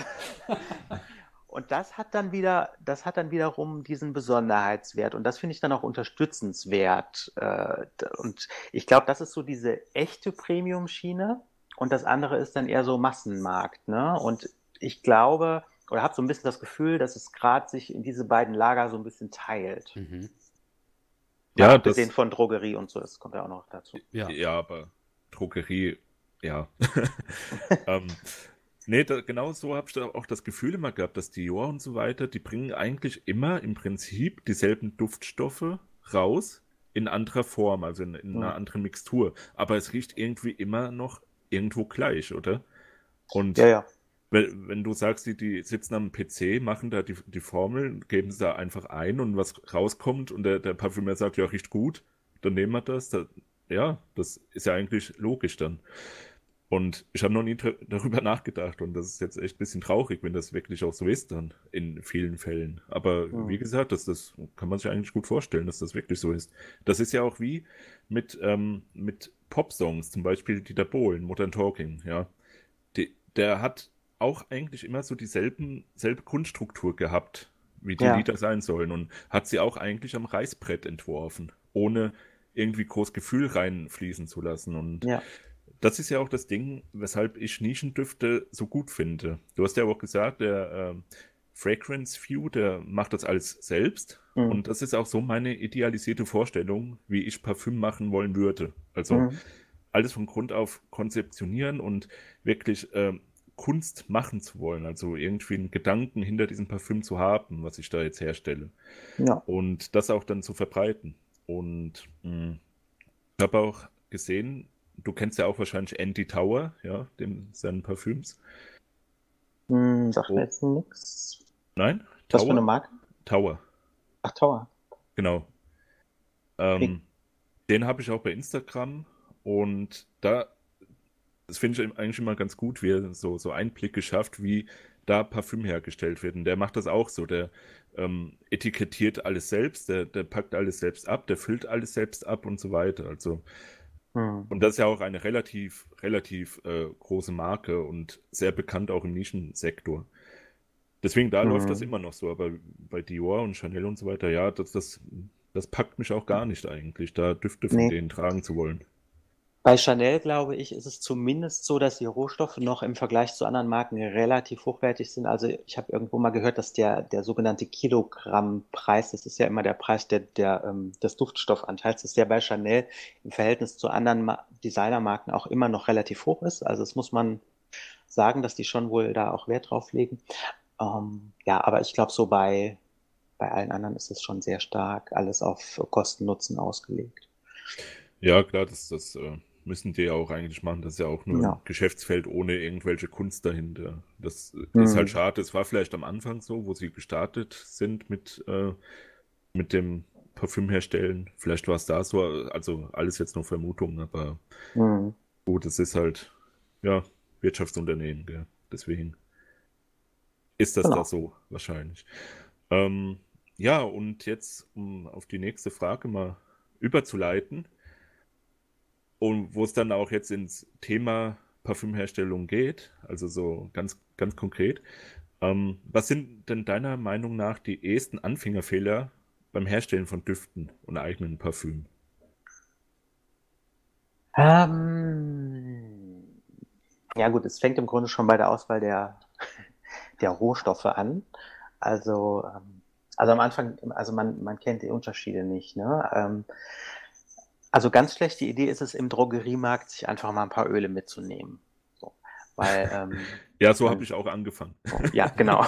und das hat dann wieder, das hat dann wiederum diesen Besonderheitswert und das finde ich dann auch unterstützenswert. Äh, Und ich glaube, das ist so diese echte Premium-Schiene und das andere ist dann eher so Massenmarkt, ne? Und ich glaube oder habe so ein bisschen das Gefühl, dass es gerade sich in diese beiden Lager so ein bisschen teilt. Mhm. Mal ja, abgesehen das, von Drogerie und so, das kommt ja auch noch dazu. Ja. ja, aber Drogerie, ja. ähm, Nee, da, genau so habe ich da auch das Gefühl immer gehabt, dass Dior und so weiter, die bringen eigentlich immer im Prinzip dieselben Duftstoffe raus in anderer Form, also in, in Hm. einer anderen Mixtur. Aber es riecht irgendwie immer noch irgendwo gleich, oder? Ja, Und ja. wenn, wenn du sagst, die, die sitzen am P C, machen da die, die Formel, geben sie da einfach ein und was rauskommt und der, der Parfümer sagt, ja, riecht gut, dann nehmen wir das. Da, ja, das ist ja eigentlich logisch dann. Und ich habe noch nie dr- darüber nachgedacht und das ist jetzt echt ein bisschen traurig, wenn das wirklich auch so ist dann in vielen Fällen. Aber Hm. wie gesagt, das, das kann man sich eigentlich gut vorstellen, dass das wirklich so ist. Das ist ja auch wie mit, ähm, mit Pop-Songs, zum Beispiel Dieter Bohlen, Modern Talking, ja. Die, der hat auch eigentlich immer so dieselben, selbe Grundstruktur gehabt, wie die Ja, Lieder sein sollen und hat sie auch eigentlich am Reißbrett entworfen, ohne irgendwie groß Gefühl reinfließen zu lassen und ja, das ist ja auch das Ding, weshalb ich Nischendüfte so gut finde. Du hast ja auch gesagt, der ähm, Fragrance View, der macht das alles selbst. hm. Und das ist auch so meine idealisierte Vorstellung, wie ich Parfüm machen wollen würde. Also Hm. alles von Grund auf konzeptionieren und wirklich ähm, Kunst machen zu wollen. Also irgendwie einen Gedanken hinter diesem Parfüm zu haben, was ich da jetzt herstelle. Ja. Und das auch dann zu verbreiten. Und mh, ich habe auch gesehen, du kennst ja auch wahrscheinlich Andy Tower, ja, dem seinen Parfüms. Hm, sagt mir Oh, jetzt nichts. nein, Was für eine Tower? Marke? Tower, Ach, Tower. genau. Klingt. Ähm, den habe ich auch bei Instagram und da, das finde ich eigentlich immer ganz gut, wie er so, so Einblicke schafft, wie da Parfüm hergestellt wird. Und der macht das auch so, der ähm, etikettiert alles selbst, der, der packt alles selbst ab, der füllt alles selbst ab und so weiter. Also Hm. und das ist ja auch eine relativ, relativ äh, große Marke und sehr bekannt auch im Nischensektor. Deswegen, da läuft das Hm. immer noch so, aber bei Dior und Chanel und so weiter, ja, das, das, das packt mich auch gar nicht eigentlich, da Düfte von Nee. denen tragen zu wollen. Bei Chanel, glaube ich, ist es zumindest so, dass die Rohstoffe noch im Vergleich zu anderen Marken relativ hochwertig sind. Also ich habe irgendwo mal gehört, dass der, der sogenannte Kilogrammpreis, das ist ja immer der Preis der, der, ähm, des Duftstoffanteils, dass der bei Chanel im Verhältnis zu anderen Ma Designermarken auch immer noch relativ hoch ist. Also das muss man sagen, dass die schon wohl da auch Wert drauf legen. Ähm, ja, aber ich glaube so bei bei allen anderen ist es schon sehr stark alles auf Kosten-Nutzen ausgelegt. Ja, klar, das, das äh, müssen die ja auch eigentlich machen. Das ist ja auch nur Ja. ein Geschäftsfeld ohne irgendwelche Kunst dahinter. Das äh, Mhm. ist halt schade. Es war vielleicht am Anfang so, wo sie gestartet sind mit, äh, mit dem Parfümherstellen. Vielleicht war es da so, also alles jetzt nur Vermutungen, aber Mhm. gut, es ist halt, ja, Wirtschaftsunternehmen, gell? Deswegen ist das da Genau. so wahrscheinlich. Ähm, ja, und jetzt, um auf die nächste Frage mal überzuleiten, und wo es dann auch jetzt ins Thema Parfümherstellung geht, also so ganz, ganz konkret, ähm, was sind denn deiner Meinung nach die ehesten Anfängerfehler beim Herstellen von Düften und eigenen Parfüm? Ähm, ja gut, es fängt im Grunde schon bei der Auswahl der, der Rohstoffe an. Also, ähm, also am Anfang, also man, man kennt die Unterschiede nicht. Ne? Ähm, also ganz schlechte Idee ist es im Drogeriemarkt, sich einfach mal ein paar Öle mitzunehmen. So, weil ähm, Ja, so habe man, ich auch angefangen. oh, ja, genau.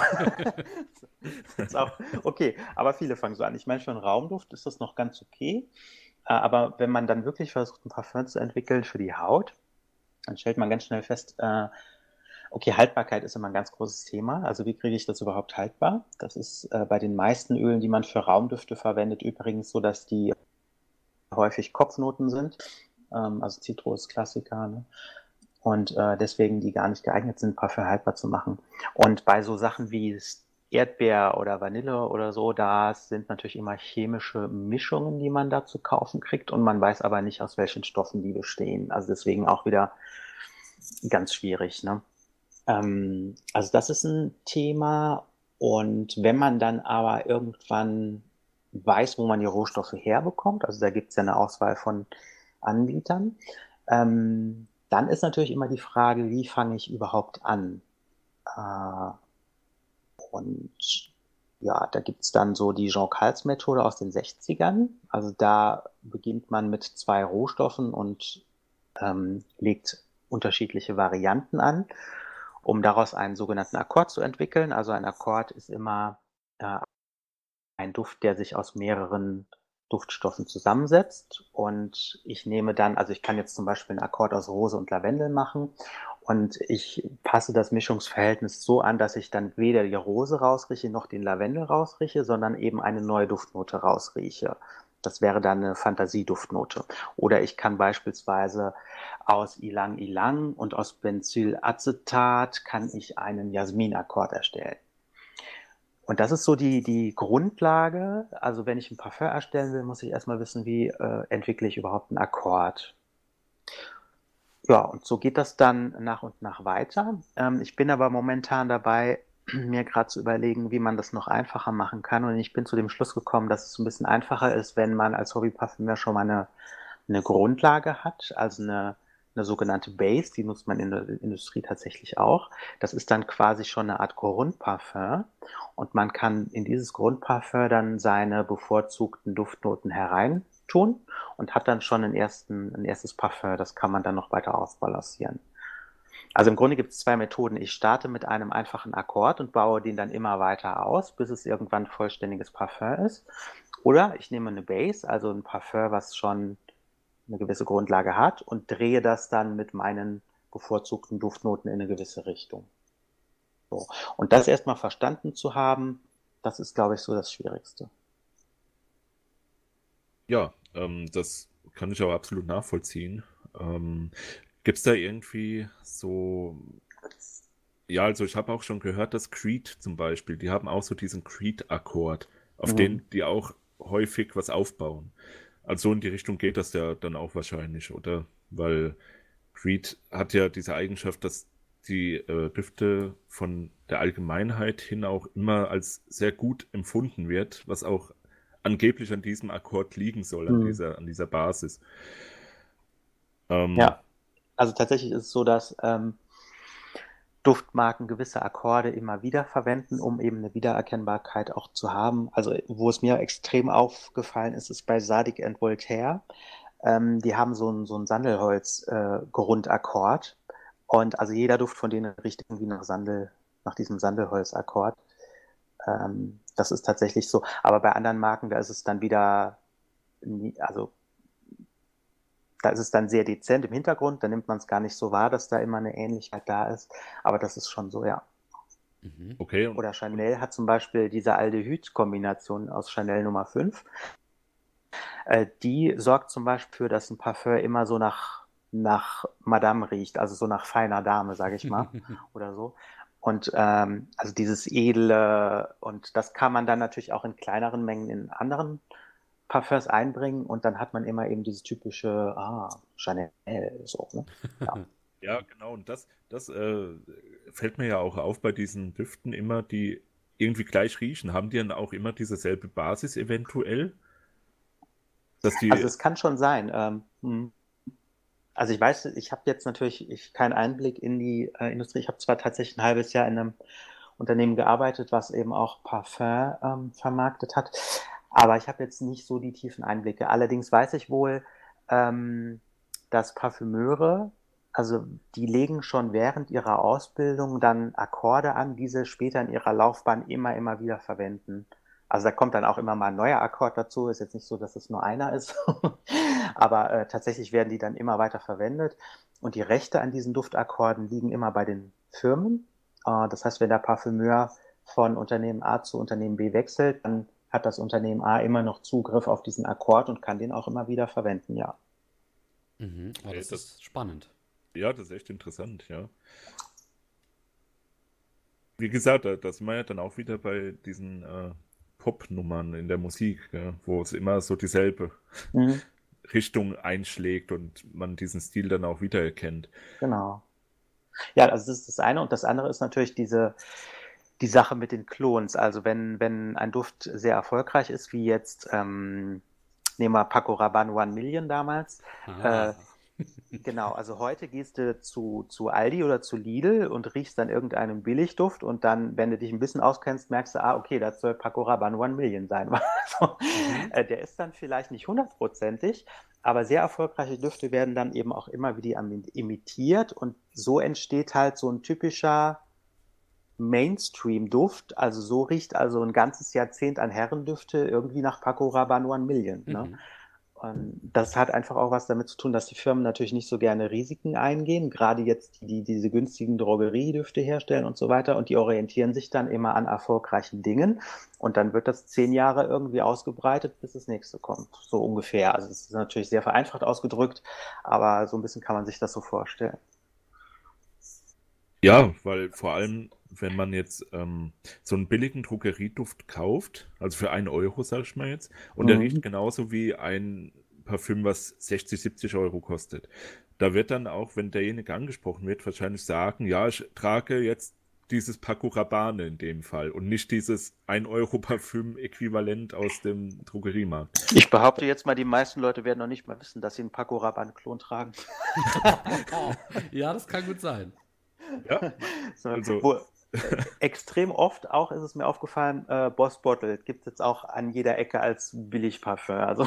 Ist auch okay, aber viele fangen so an. Ich meine, für einen Raumduft ist das noch ganz okay. Äh, Aber wenn man dann wirklich versucht, ein Parfüm zu entwickeln für die Haut, dann stellt man ganz schnell fest, äh, okay, Haltbarkeit ist immer ein ganz großes Thema. Also wie kriege ich das überhaupt haltbar? Das ist äh, bei den meisten Ölen, die man für Raumdüfte verwendet, übrigens so, dass die häufig Kopfnoten sind. Ähm, also Zitrus, Klassiker, ne? Und äh, deswegen die gar nicht geeignet sind, Parfüm haltbar zu machen. Und bei so Sachen wie Erdbeer oder Vanille oder so, da sind natürlich immer chemische Mischungen, die man da zu kaufen kriegt und man weiß aber nicht, aus welchen Stoffen die bestehen. Also deswegen auch wieder ganz schwierig, ne? Ähm, also das ist ein Thema und wenn man dann aber irgendwann weiß, wo man die Rohstoffe herbekommt, also da gibt es ja eine Auswahl von Anbietern, ähm, dann ist natürlich immer die Frage, wie fange ich überhaupt an? Äh, und ja, da gibt's dann so die Jean Kals Methode aus den sechzigern. Also da beginnt man mit zwei Rohstoffen und ähm, legt unterschiedliche Varianten an, um daraus einen sogenannten Akkord zu entwickeln. Also ein Akkord ist immer äh, ein Duft, der sich aus mehreren Duftstoffen zusammensetzt. Und ich nehme dann, also ich kann jetzt zum Beispiel einen Akkord aus Rose und Lavendel machen und ich passe das Mischungsverhältnis so an, dass ich dann weder die Rose rausrieche noch den Lavendel rausrieche, sondern eben eine neue Duftnote rausrieche. Das wäre dann eine Fantasieduftnote. Oder ich kann beispielsweise aus Ylang Ylang und aus Benzylacetat kann ich einen Jasminakkord erstellen. Und das ist so die, die Grundlage. Also wenn ich ein Parfum erstellen will, muss ich erstmal wissen, wie äh, entwickle ich überhaupt einen Akkord. Ja, und so geht das dann nach und nach weiter. Ähm, ich bin aber momentan dabei, mir gerade zu überlegen, wie man das noch einfacher machen kann. Und ich bin zu dem Schluss gekommen, dass es ein bisschen einfacher ist, wenn man als Hobbyparfümeur schon mal eine, eine Grundlage hat, also eine, eine sogenannte Base, die nutzt man in der Industrie tatsächlich auch. Das ist dann quasi schon eine Art Grundparfum und man kann in dieses Grundparfum dann seine bevorzugten Duftnoten hereintun und hat dann schon einen ersten, ein erstes Parfum, das kann man dann noch weiter ausbalancieren. Also im Grunde gibt es zwei Methoden. Ich starte mit einem einfachen Akkord und baue den dann immer weiter aus, bis es irgendwann ein vollständiges Parfum ist. Oder ich nehme eine Base, also ein Parfum, was schon eine gewisse Grundlage hat und drehe das dann mit meinen bevorzugten Duftnoten in eine gewisse Richtung. So. Und das erstmal verstanden zu haben, das ist, glaube ich, so das Schwierigste. Ja, ähm, das kann ich auch absolut nachvollziehen. Ähm, Gibt es da irgendwie so, ja, also ich habe auch schon gehört, dass Creed zum Beispiel, die haben auch so diesen Creed-Akkord, auf Mhm. den die auch häufig was aufbauen. Also in die Richtung geht das ja dann auch wahrscheinlich, oder? Weil Creed hat ja diese Eigenschaft, dass die äh, Düfte von der Allgemeinheit hin auch immer als sehr gut empfunden wird, was auch angeblich an diesem Akkord liegen soll, an Mhm. dieser, an dieser Basis. Ähm, Ja, also tatsächlich ist es so, dass ähm, Duftmarken gewisse Akkorde immer wieder verwenden, um eben eine Wiedererkennbarkeit auch zu haben. Also wo es mir extrem aufgefallen ist, ist bei Zadig and Voltaire. Ähm, die haben so ein, so ein Sandelholz-Grundakkord. Äh, und also jeder Duft von denen riecht irgendwie nach Sandel, nach diesem Sandelholzakkord. Ähm, das ist tatsächlich so. Aber bei anderen Marken, da ist es dann wieder, nie, also da ist es dann sehr dezent im Hintergrund, da nimmt man es gar nicht so wahr, dass da immer eine Ähnlichkeit da ist. Aber das ist schon so, ja. Mhm. Okay. Und, Oder Chanel hat zum Beispiel diese Aldehyd-Kombination aus Chanel Nummer fünf. Äh, die sorgt zum Beispiel dafür, dass ein Parfum immer so nach, nach Madame riecht, also so nach feiner Dame, sage ich mal, oder so. Und ähm, also dieses Edle, und das kann man dann natürlich auch in kleineren Mengen in anderen Parfums einbringen, und dann hat man immer eben dieses typische, ah, Chanel, so, ne? Ja. ja, genau. Und das, das äh, fällt mir ja auch auf bei diesen Düften immer, die irgendwie gleich riechen. Haben die dann auch immer dieselbe Basis eventuell? Dass die, Also es kann schon sein. Ähm, hm. Also ich weiß, ich habe jetzt natürlich ich, keinen Einblick in die äh, Industrie. Ich habe zwar tatsächlich ein halbes Jahr in einem Unternehmen gearbeitet, was eben auch Parfum ähm, vermarktet hat, aber ich habe jetzt nicht so die tiefen Einblicke. Allerdings weiß ich wohl, ähm, dass Parfümeure, also die legen schon während ihrer Ausbildung dann Akkorde an, die sie später in ihrer Laufbahn immer, immer wieder verwenden. Also da kommt dann auch immer mal ein neuer Akkord dazu. Ist jetzt nicht so, dass es nur einer ist, aber äh, tatsächlich werden die dann immer weiter verwendet. Und die Rechte an diesen Duftakkorden liegen immer bei den Firmen. Äh, das heißt, wenn der Parfümeur von Unternehmen A zu Unternehmen B wechselt, dann hat das Unternehmen A immer noch Zugriff auf diesen Akkord und kann den auch immer wieder verwenden, ja. Mhm. Oh, Okay, das, das- ist spannend. ja, das ist echt interessant, ja. Wie gesagt, da, da sind wir ja dann auch wieder bei diesen äh, Pop-Nummern in der Musik, ja, wo es immer so dieselbe Mhm, Richtung einschlägt und man diesen Stil dann auch wiedererkennt. genau. Ja, also das ist das eine. Und das andere ist natürlich diese, die Sache mit den Klons. Also wenn, wenn ein Duft sehr erfolgreich ist, wie jetzt, ähm, nehmen wir Paco Rabanne One Million damals, Ah. äh, genau, also heute gehst du zu, zu Aldi oder zu Lidl und riechst dann irgendeinen Billigduft, und dann, wenn du dich ein bisschen auskennst, merkst du, ah, okay, das soll Paco Rabanne One Million sein. Also, Mhm. äh, der ist dann vielleicht nicht hundertprozentig, aber sehr erfolgreiche Düfte werden dann eben auch immer wieder am- imitiert, und so entsteht halt so ein typischer Mainstream-Duft. Also so riecht also ein ganzes Jahrzehnt an Herrendüfte irgendwie nach Paco Rabanne One Million, ne? Mhm. Und das hat einfach auch was damit zu tun, dass die Firmen natürlich nicht so gerne Risiken eingehen, gerade jetzt die, die diese günstigen Drogeriedüfte herstellen und so weiter, und die orientieren sich dann immer an erfolgreichen Dingen, und dann wird das zehn Jahre irgendwie ausgebreitet, bis das nächste kommt, so ungefähr. Also es ist natürlich sehr vereinfacht ausgedrückt, aber so ein bisschen kann man sich das so vorstellen. Ja, weil vor allem, wenn man jetzt ähm, so einen billigen Drogerieduft kauft, also für einen Euro, sag ich mal jetzt, und der riecht Mhm. genauso wie ein Parfüm, was sechzig, siebzig Euro kostet. Da wird dann auch, wenn derjenige angesprochen wird, wahrscheinlich sagen, ja, ich trage jetzt dieses Paco Rabanne in dem Fall und nicht dieses ein Euro Parfüm-Äquivalent aus dem Drogeriemarkt. Ich behaupte jetzt mal, die meisten Leute werden noch nicht mal wissen, dass sie einen Paco Rabanne-Klon tragen. Ja, das kann gut sein. Ja, So, also, wo, äh, extrem oft auch ist es mir aufgefallen, äh, Boss Bottle gibt es jetzt auch an jeder Ecke als Billigparfum. Also,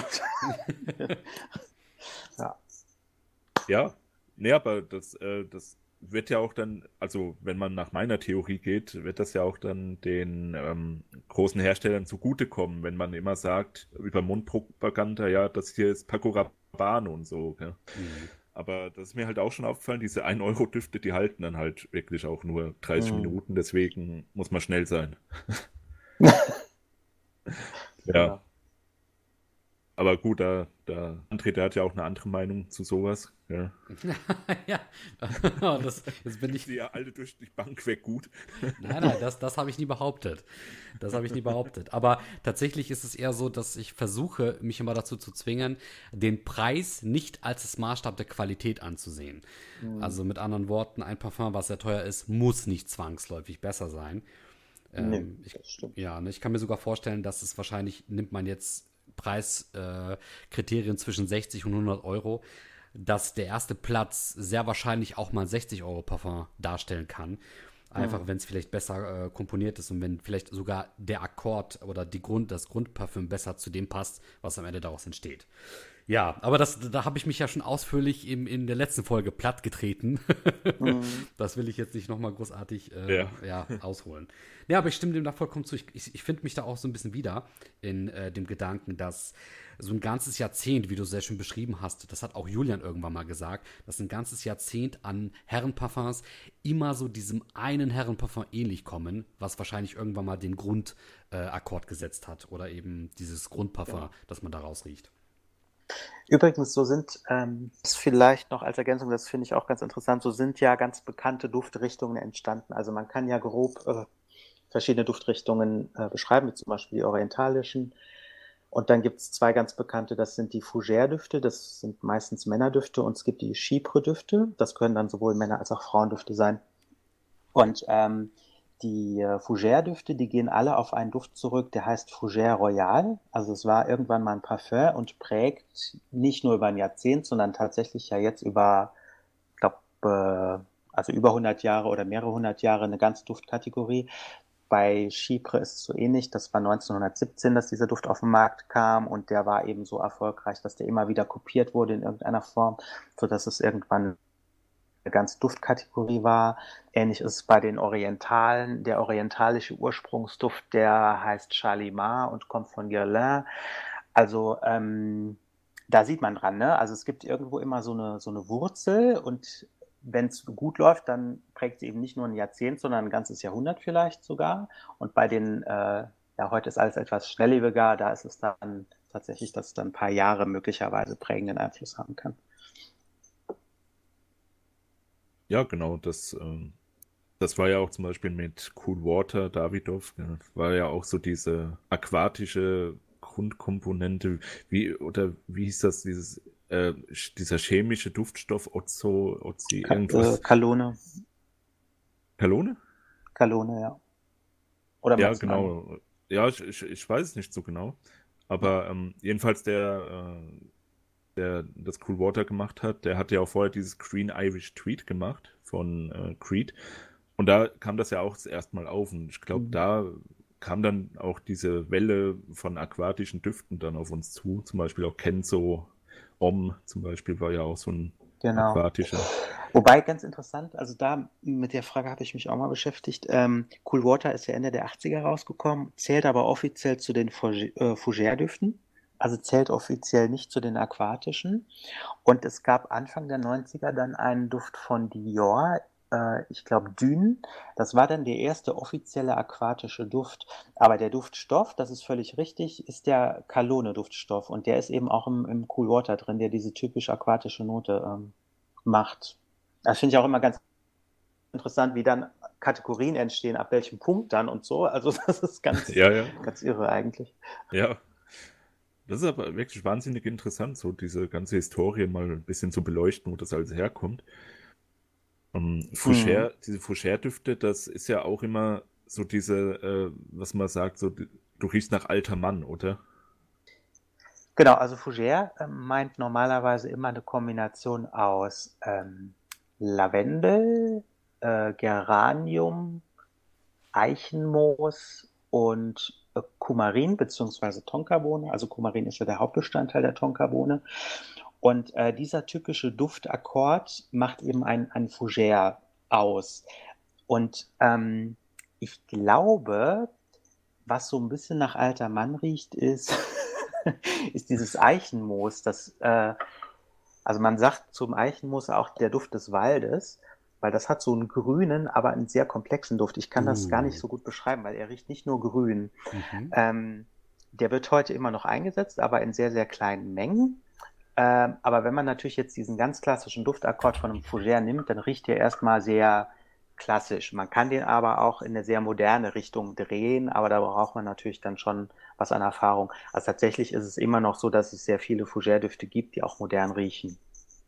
ja. ja, nee, aber das, äh, das wird ja auch dann, also wenn man nach meiner Theorie geht, wird das ja auch dann den ähm, großen Herstellern zugutekommen, wenn man immer sagt, über Mundpropaganda, ja, das hier ist Paco Rabanne und so. Gell? Mhm. Aber das ist mir halt auch schon aufgefallen, diese ein Euro Düfte, die halten dann halt wirklich auch nur dreißig Hm. Minuten, deswegen muss man schnell sein. Ja, Genau. aber gut, da, da André, der hat ja auch eine andere Meinung zu sowas. Ja. Ja, oh, das, jetzt bin ich. Die ja alle durch die Bank weg gut. Nein, nein, das, das habe ich nie behauptet. Das habe ich nie behauptet. Aber tatsächlich ist es eher so, dass ich versuche, mich immer dazu zu zwingen, den Preis nicht als das Maßstab der Qualität anzusehen. Hm. Also mit anderen Worten, ein Parfum, was sehr teuer ist, muss nicht zwangsläufig besser sein. Nee, Ähm, ich, das stimmt. ja, ne, ich kann mir sogar vorstellen, dass es wahrscheinlich, nimmt man jetzt Preiskriterien äh, Kriterien zwischen sechzig und hundert Euro, dass der erste Platz sehr wahrscheinlich auch mal sechzig Euro Parfum darstellen kann. Einfach, Hm. wenn es vielleicht besser äh, komponiert ist und wenn vielleicht sogar der Akkord oder die Grund, das Grundparfüm besser zu dem passt, was am Ende daraus entsteht. Ja, aber das, da habe ich mich ja schon ausführlich im, in der letzten Folge platt getreten. Mhm. Das will ich jetzt nicht nochmal großartig äh, Ja. ja, ausholen. Ja, aber ich stimme dem da vollkommen zu. Ich, ich, ich finde mich da auch so ein bisschen wieder in äh, dem Gedanken, dass so ein ganzes Jahrzehnt, wie du sehr schön beschrieben hast, das hat auch Julian irgendwann mal gesagt, dass ein ganzes Jahrzehnt an Herrenparfums immer so diesem einen Herrenparfum ähnlich kommen, was wahrscheinlich irgendwann mal den Grundakkord äh, Akkord gesetzt hat oder eben dieses Grundparfum, Ja. das man daraus riecht. Übrigens, so sind, ähm, das vielleicht noch als Ergänzung, das finde ich auch ganz interessant, so sind ja ganz bekannte Duftrichtungen entstanden. Also man kann ja grob äh, verschiedene Duftrichtungen äh, beschreiben, wie zum Beispiel die orientalischen. Und dann gibt es zwei ganz bekannte, das sind die Fougère-Düfte, das sind meistens Männerdüfte, und es gibt die Chypre-Düfte, das können dann sowohl Männer- als auch Frauendüfte sein. Und ähm, die äh, Fougère-Düfte, die gehen alle auf einen Duft zurück, der heißt Fougère Royal. Also es war irgendwann mal ein Parfum und prägt nicht nur über ein Jahrzehnt, sondern tatsächlich ja jetzt über, ich glaube, äh, also über hundert Jahre oder mehrere hundert Jahre eine ganze Duftkategorie. Bei Chypre ist es so ähnlich. Das war neunzehnhundertsiebzehn, dass dieser Duft auf den Markt kam, und der war eben so erfolgreich, dass der immer wieder kopiert wurde in irgendeiner Form, sodass es irgendwann eine ganze Duftkategorie war. Ähnlich ist es bei den Orientalen. Der orientalische Ursprungsduft, der heißt Shalimar und kommt von Guerlain. Also ähm, da sieht man dran, ne? Also es gibt irgendwo immer so eine, so eine Wurzel, und wenn es gut läuft, dann prägt sie eben nicht nur ein Jahrzehnt, sondern ein ganzes Jahrhundert vielleicht sogar. Und bei den, äh, ja, heute ist alles etwas schnelllebiger, da ist es dann tatsächlich, dass es dann ein paar Jahre möglicherweise prägenden Einfluss haben kann. Ja, genau, das, ähm, das war ja auch zum Beispiel mit Cool Water, Davidoff, ja, war ja auch so diese aquatische Grundkomponente, wie, oder wie hieß das, dieses, äh, sch- dieser chemische Duftstoff, Ozo, Ozi, Ka irgendwas, äh, Kalone, Kalone? Kalone, ja. Oder Ja, meinst du einen anderen? genau. Ja, ich, ich, ich weiß es nicht so genau. Ja. Aber ähm, jedenfalls der, äh, der das Cool Water gemacht hat, der hat ja auch vorher dieses Green Irish Tweed gemacht von äh, Creed. Und da kam das ja auch das erste Mal auf. Und ich glaube, Mhm. da kam dann auch diese Welle von aquatischen Düften dann auf uns zu. Zum Beispiel auch Kenzo, Om zum Beispiel war ja auch so ein Genau. aquatischer. Wobei ganz interessant, also da mit der Frage habe ich mich auch mal beschäftigt. Ähm, Cool Water ist ja Ende der achtziger rausgekommen, zählt aber offiziell zu den Fougère- äh, Fougère-Düften, also zählt offiziell nicht zu den aquatischen. Und es gab Anfang der neunziger dann einen Duft von Dior, äh, ich glaube Dune. Das war dann der erste offizielle aquatische Duft. Aber der Duftstoff, das ist völlig richtig, ist der Calone-Duftstoff. Und der ist eben auch im, im Cool Water drin, der diese typisch aquatische Note ähm, macht. Das finde ich auch immer ganz interessant, wie dann Kategorien entstehen, ab welchem Punkt dann und so. Also das ist ganz, Ja, ja, ganz irre eigentlich. ja. Das ist aber wirklich wahnsinnig interessant, so diese ganze Historie mal ein bisschen zu beleuchten, wo das alles herkommt. Ähm, Mhm. Fougère, diese Fougère-Düfte, das ist ja auch immer so diese, äh, was man sagt, so, du riechst nach alter Mann, oder? Genau, also Fougère äh, meint normalerweise immer eine Kombination aus ähm, Lavendel, äh, Geranium, Eichenmoos und äh, Kumarin bzw. Tonkabohne. Also Kumarin ist ja der Hauptbestandteil der Tonkabohne. Und äh, dieser typische Duftakkord macht eben ein, ein Fougère aus. Und ähm, ich glaube, was so ein bisschen nach alter Mann riecht, ist, ist dieses Eichenmoos. Das, äh, also man sagt zum Eichenmoos auch der Duft des Waldes, weil das hat so einen grünen, aber einen sehr komplexen Duft. Ich kann das gar nicht Uh. so gut beschreiben, weil er riecht nicht nur grün. Mhm. Ähm, der wird heute immer noch eingesetzt, aber in sehr, sehr kleinen Mengen. Ähm, aber wenn man natürlich jetzt diesen ganz klassischen Duftakkord von einem Fougère nimmt, dann riecht der erstmal sehr klassisch. Man kann den aber auch in eine sehr moderne Richtung drehen, aber da braucht man natürlich dann schon was an Erfahrung. Also tatsächlich ist es immer noch so, dass es sehr viele Fougère-Düfte gibt, die auch modern riechen.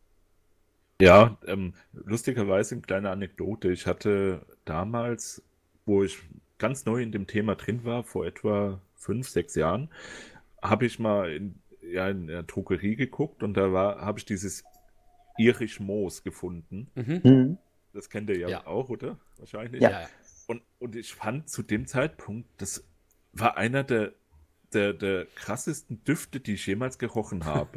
Ja, ähm, lustigerweise eine kleine Anekdote. Ich hatte damals, wo ich ganz neu in dem Thema drin war, vor etwa fünf, sechs Jahren, habe ich mal in, ja, in der Drogerie geguckt und da war, habe ich dieses Irisch Moos gefunden. Mhm. Mhm. Das kennt ihr ja Ja. auch, oder? Wahrscheinlich. Ja. Ja, ja. Und, und ich fand zu dem Zeitpunkt, das war einer der, der, der krassesten Düfte, die ich jemals gerochen habe.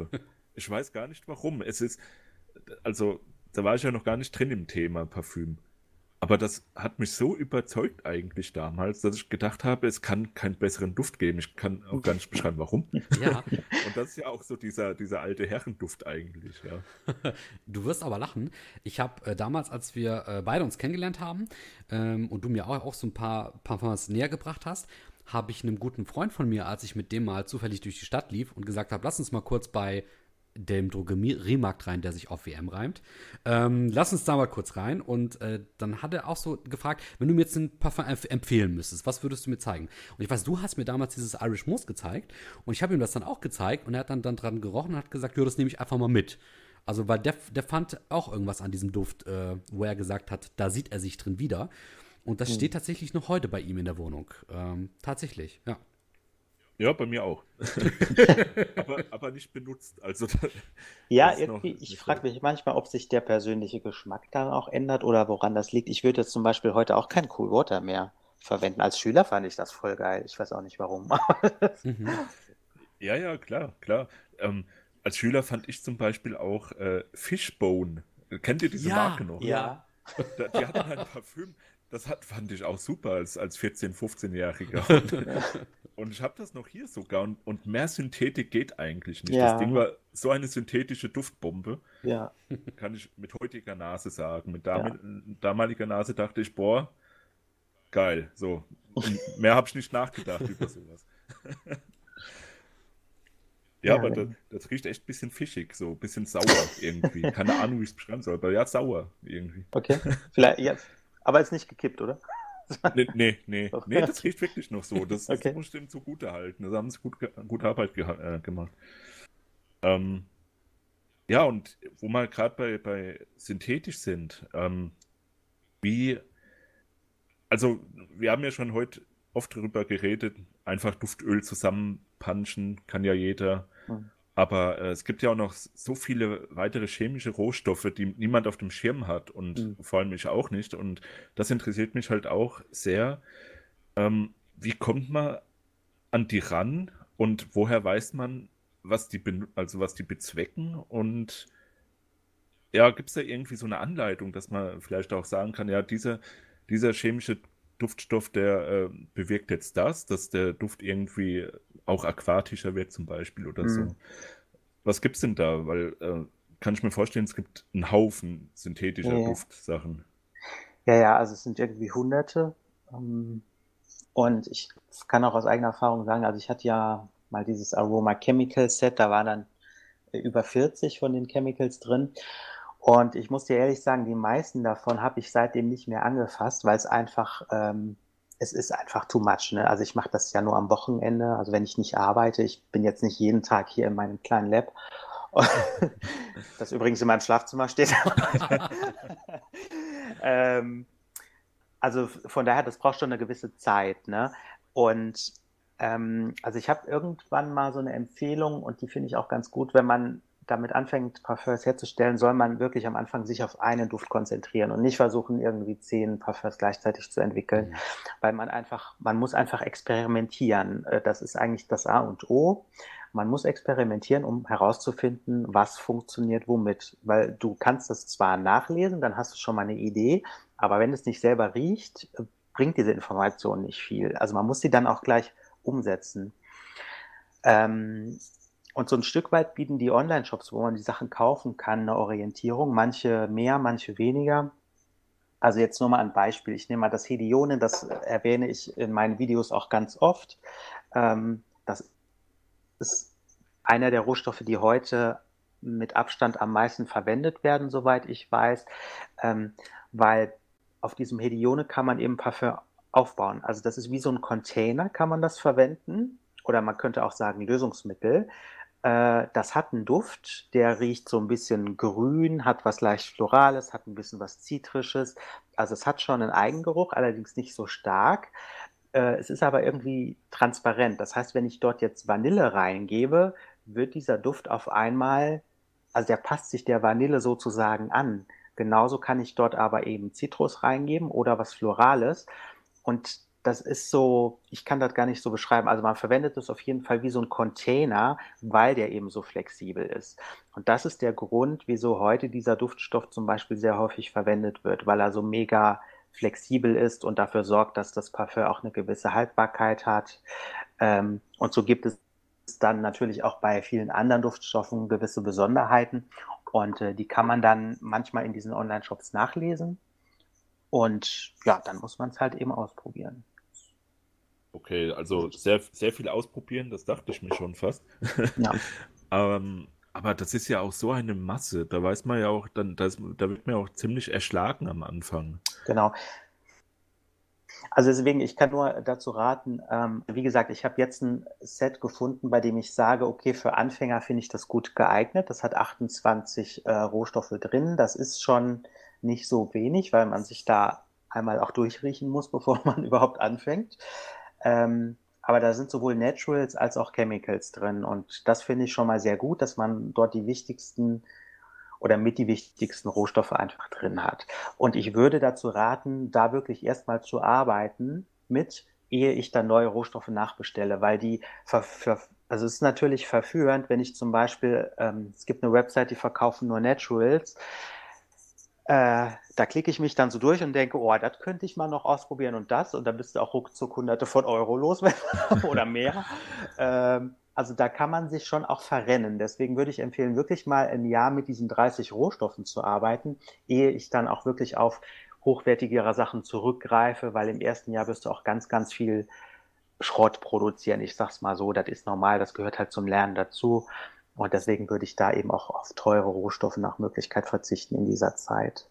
Ich weiß gar nicht warum. Es ist, also, da war ich ja noch gar nicht drin im Thema Parfüm. Aber das hat mich so überzeugt eigentlich damals, dass ich gedacht habe, es kann keinen besseren Duft geben. Ich kann auch gar nicht beschreiben, warum. Ja, Und das ist ja auch so dieser, dieser alte Herrenduft eigentlich, ja. du wirst aber lachen. Ich habe äh, damals, als wir äh, beide uns kennengelernt haben ähm, und du mir auch, auch so ein paar Parfums näher gebracht hast, habe ich einem guten Freund von mir, als ich mit dem mal zufällig durch die Stadt lief und gesagt habe, lass uns mal kurz bei dem Drogeriemarkt rein, der sich auf W M reimt. Ähm, lass uns da mal kurz rein. Und äh, dann hat er auch so gefragt, wenn du mir jetzt ein Parfum empf empfehlen müsstest, was würdest du mir zeigen? Und ich weiß, du hast mir damals dieses Irish Moss gezeigt und ich habe ihm das dann auch gezeigt und er hat dann, dann dran gerochen und hat gesagt, ja, das nehme ich einfach mal mit. Also, weil der, der fand auch irgendwas an diesem Duft, äh, wo er gesagt hat, da sieht er sich drin wieder. Und das Hm. steht tatsächlich noch heute bei ihm in der Wohnung. Ähm, tatsächlich, ja. Ja, bei mir auch. aber, aber nicht benutzt. Also das Ja, ist noch irgendwie, ich nicht frage so. mich manchmal, ob sich der persönliche Geschmack dann auch ändert oder woran das liegt. Ich würde jetzt zum Beispiel heute auch kein Cool Water mehr verwenden. Als Schüler fand ich das voll geil. Ich weiß auch nicht warum. Mhm. Ja, ja, klar, klar. Ähm, als Schüler fand ich zum Beispiel auch äh, Fishbone. Kennt ihr diese Marke Ja, noch? ja. Ja, Da, die hatten ein Parfüm, das hat, fand ich auch super als, als vierzehn-, fünfzehn-Jähriger. Und, und ich habe das noch hier sogar. Und, und mehr Synthetik geht eigentlich nicht. Das Ding ja, war so eine synthetische Duftbombe, ja, kann ich mit heutiger Nase sagen. Mit ja. damaliger, damaliger Nase dachte ich, boah, geil. So. Und mehr habe ich nicht nachgedacht über sowas. Ja, Ja, aber das, genau. das riecht echt ein bisschen fischig, so ein bisschen sauer irgendwie. Keine Ahnung, wie ich es beschreiben soll, aber ja, sauer irgendwie. Okay. Vielleicht, ja, aber ist nicht gekippt, oder? Nee, nee, nee, Doch. nee, das riecht wirklich noch so. Das, das Okay. muss ich dem zugute halten. Da haben sie gut, ge- gute Arbeit geha- äh, gemacht. Ähm, ja, und wo wir gerade bei, bei synthetisch sind, ähm, wie, also wir haben ja schon heute oft darüber geredet, einfach Duftöl zusammenpanschen, kann ja jeder. Hm. Aber äh, es gibt ja auch noch so viele weitere chemische Rohstoffe, die niemand auf dem Schirm hat und Hm. vor allem ich auch nicht. Und das interessiert mich halt auch sehr. Ähm, wie kommt man an die ran und woher weiß man, was die, ben- also was die bezwecken? Und ja, gibt es da irgendwie so eine Anleitung, dass man vielleicht auch sagen kann, ja, dieser, dieser chemische Duftstoff, der äh, bewirkt jetzt das, dass der Duft irgendwie auch aquatischer wird zum Beispiel oder Hm. so. Was gibt's denn da? Weil äh, kann ich mir vorstellen, es gibt einen Haufen Ja, synthetischer ja. Duftsachen. Ja, ja, also es sind irgendwie Hunderte. Ähm, Und ich kann auch aus eigener Erfahrung sagen, also ich hatte ja mal dieses Aroma Chemical Set, da waren dann äh, über vierzig von den Chemicals drin. Und ich muss dir ehrlich sagen, die meisten davon habe ich seitdem nicht mehr angefasst, weil es einfach, ähm, es ist einfach too much. Ne? Also ich mache das ja nur am Wochenende, also wenn ich nicht arbeite. Ich bin jetzt nicht jeden Tag hier in meinem kleinen Lab, das übrigens in meinem Schlafzimmer steht. ähm, also von daher, das braucht schon eine gewisse Zeit, ne? Und ähm, also ich habe irgendwann mal so eine Empfehlung und die finde ich auch ganz gut, wenn man damit anfängt, Parfums herzustellen, soll man wirklich am Anfang sich auf einen Duft konzentrieren und nicht versuchen, irgendwie zehn Parfums gleichzeitig zu entwickeln, Mhm. weil man einfach, man muss einfach experimentieren. Äh, Das ist eigentlich das A und O. Man muss experimentieren, um herauszufinden, was funktioniert womit. Weil du kannst das zwar nachlesen, dann hast du schon mal eine Idee, aber wenn es nicht selber riecht, äh, bringt diese Information nicht viel. Also man muss sie dann auch gleich umsetzen. Ähm, und so ein Stück weit bieten die Online-Shops, wo man die Sachen kaufen kann, eine Orientierung. Manche mehr, manche weniger. Also jetzt nur mal ein Beispiel. Ich nehme mal das Hedione, das erwähne ich in meinen Videos auch ganz oft. Ähm, das ist einer der Rohstoffe, die heute mit Abstand am meisten verwendet werden, soweit ich weiß, ähm, weil auf diesem Hedione kann man eben Parfüm aufbauen. Also das ist wie so ein Container, kann man das verwenden. Oder man könnte auch sagen Lösungsmittel. Äh, das hat einen Duft, der riecht so ein bisschen grün, hat was leicht Florales, hat ein bisschen was Zitrisches. Also es hat schon einen Eigengeruch, allerdings nicht so stark. Äh, es ist aber irgendwie transparent. Das heißt, wenn ich dort jetzt Vanille reingebe, wird dieser Duft auf einmal, also der passt sich der Vanille sozusagen an. Genauso kann ich dort aber eben Zitrus reingeben oder was Florales. Und das ist so, ich kann das gar nicht so beschreiben. Also man verwendet es auf jeden Fall wie so ein Container, weil der eben so flexibel ist. Und das ist der Grund, wieso heute dieser Duftstoff zum Beispiel sehr häufig verwendet wird, weil er so mega flexibel ist und dafür sorgt, dass das Parfüm auch eine gewisse Haltbarkeit hat. Ähm, und so gibt es dann natürlich auch bei vielen anderen Duftstoffen gewisse Besonderheiten. Und äh, die kann man dann manchmal in diesen Online-Shops nachlesen. Und ja, dann muss man es halt eben ausprobieren. Okay, also sehr, sehr viel ausprobieren, das dachte ich mir schon fast. Ja. ähm, aber das ist ja auch so eine Masse, da weiß man ja auch, dann, das, da wird man ja auch ziemlich erschlagen am Anfang. Genau. Also deswegen, ich kann nur dazu raten, ähm, wie gesagt, ich habe jetzt ein Set gefunden, bei dem ich sage, okay, für Anfänger finde ich das gut geeignet. Das hat achtundzwanzig äh, Rohstoffe drin. Das ist schon nicht so wenig, weil man sich da einmal auch durchriechen muss, bevor man überhaupt anfängt. Ähm, aber da sind sowohl Naturals als auch Chemicals drin. Und das finde ich schon mal sehr gut, dass man dort die wichtigsten oder mit die wichtigsten Rohstoffe einfach drin hat. Und ich würde dazu raten, da wirklich erstmal zu arbeiten mit, ehe ich dann neue Rohstoffe nachbestelle, weil die, ver, ver, also es ist natürlich verführend, wenn ich zum Beispiel, ähm, es gibt eine Website, die verkaufen nur Naturals, äh, da klicke ich mich dann so durch und denke, oh, das könnte ich mal noch ausprobieren und das, und dann bist du auch ruckzuck hunderte von Euro los oder mehr. Ähm, Also da kann man sich schon auch verrennen. Deswegen würde ich empfehlen, wirklich mal ein Jahr mit diesen dreißig Rohstoffen zu arbeiten, ehe ich dann auch wirklich auf hochwertigere Sachen zurückgreife, weil im ersten Jahr wirst du auch ganz, ganz viel Schrott produzieren. Ich sag's mal so, das ist normal, das gehört halt zum Lernen dazu. Und deswegen würde ich da eben auch auf teure Rohstoffe nach Möglichkeit verzichten in dieser Zeit.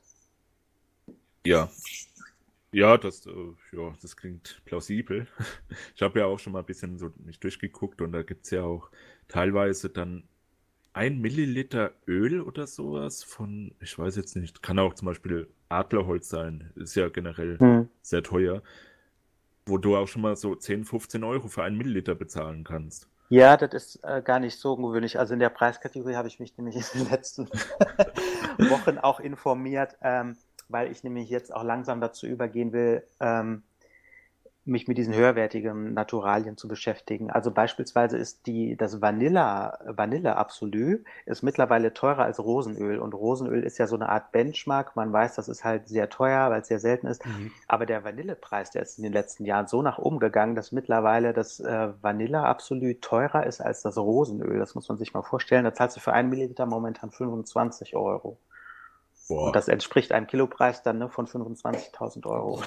Ja, ja, das, äh, ja, das klingt plausibel. Ich habe ja auch schon mal ein bisschen so mich durchgeguckt und da gibt es ja auch teilweise dann ein Milliliter Öl oder sowas von, ich weiß jetzt nicht, kann auch zum Beispiel Adlerholz sein, ist ja generell Hm. sehr teuer, wo du auch schon mal so zehn, fünfzehn Euro für einen Milliliter bezahlen kannst. Ja, das ist äh, gar nicht so ungewöhnlich. Also in der Preiskategorie habe ich mich nämlich in den letzten Wochen auch informiert, ähm, weil ich nämlich jetzt auch langsam dazu übergehen will, ähm, mich mit diesen höherwertigen Naturalien zu beschäftigen. Also beispielsweise ist die, das Vanilla, Vanille Absolu ist mittlerweile teurer als Rosenöl. Und Rosenöl ist ja so eine Art Benchmark. Man weiß, das ist halt sehr teuer, weil es sehr selten ist. Mhm. Aber der Vanillepreis, der ist in den letzten Jahren so nach oben gegangen, dass mittlerweile das äh, Vanilla Absolu teurer ist als das Rosenöl. Das muss man sich mal vorstellen. Da zahlst du für einen Milliliter momentan fünfundzwanzig Euro. Und Boah, das entspricht einem Kilopreis dann ne, von fünfundzwanzigtausend Euro.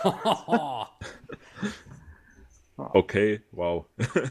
okay, wow.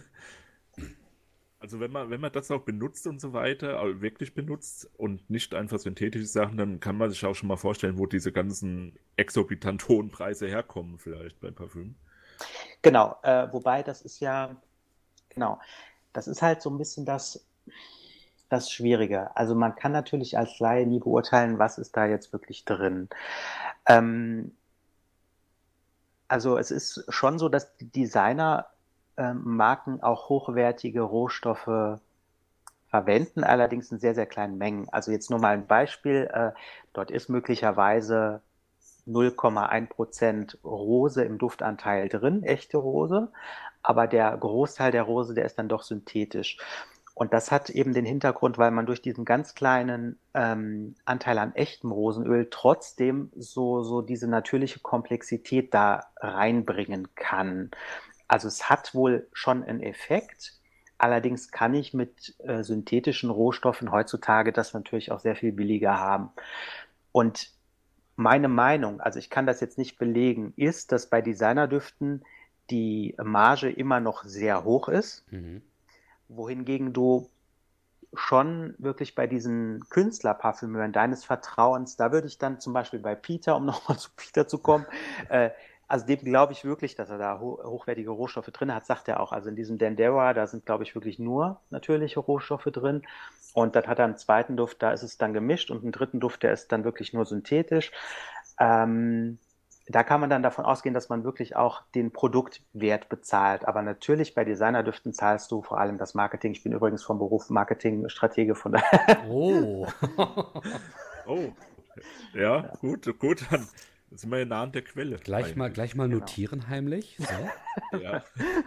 Also wenn man, wenn man das auch benutzt und so weiter, aber wirklich benutzt und nicht einfach synthetische Sachen, dann kann man sich auch schon mal vorstellen, wo diese ganzen exorbitant hohen Preise herkommen vielleicht bei Parfüm. Genau, äh, wobei das ist ja, genau, das ist halt so ein bisschen das, das Schwierige. Also man kann natürlich als Laie nie beurteilen, was ist da jetzt wirklich drin. Ähm, also es ist schon so, dass die Designer-Marken auch hochwertige Rohstoffe verwenden, allerdings in sehr, sehr kleinen Mengen. Also jetzt nur mal ein Beispiel. Äh, dort ist möglicherweise null Komma eins Prozent Rose im Duftanteil drin, echte Rose, aber der Großteil der Rose, der ist dann doch synthetisch. Und das hat eben den Hintergrund, weil man durch diesen ganz kleinen ähm, Anteil an echtem Rosenöl trotzdem so, so diese natürliche Komplexität da reinbringen kann. Also es hat wohl schon einen Effekt. Allerdings kann ich mit äh, synthetischen Rohstoffen heutzutage das natürlich auch sehr viel billiger haben. Und meine Meinung, also ich kann das jetzt nicht belegen, ist, dass bei Designerdüften die Marge immer noch sehr hoch ist, Mhm. wohingegen du schon wirklich bei diesen Künstlerparfümeuren deines Vertrauens, da würde ich dann zum Beispiel bei Peter, um nochmal zu Peter zu kommen, äh, also dem glaube ich wirklich, dass er da ho hochwertige Rohstoffe drin hat, sagt er auch. Also in diesem Dendera, da sind glaube ich wirklich nur natürliche Rohstoffe drin. Und dann hat er einen zweiten Duft, da ist es dann gemischt, und einen dritten Duft, der ist dann wirklich nur synthetisch. Ähm, da kann man dann davon ausgehen, dass man wirklich auch den Produktwert bezahlt. Aber natürlich bei Designerdüften zahlst du vor allem das Marketing. Ich bin übrigens vom Beruf Marketingstratege, von daher. Oh. Oh, ja, gut, gut, dann sind wir ja nah an der Quelle. Gleich mal, gleich mal Genau. notieren heimlich. So. Ja.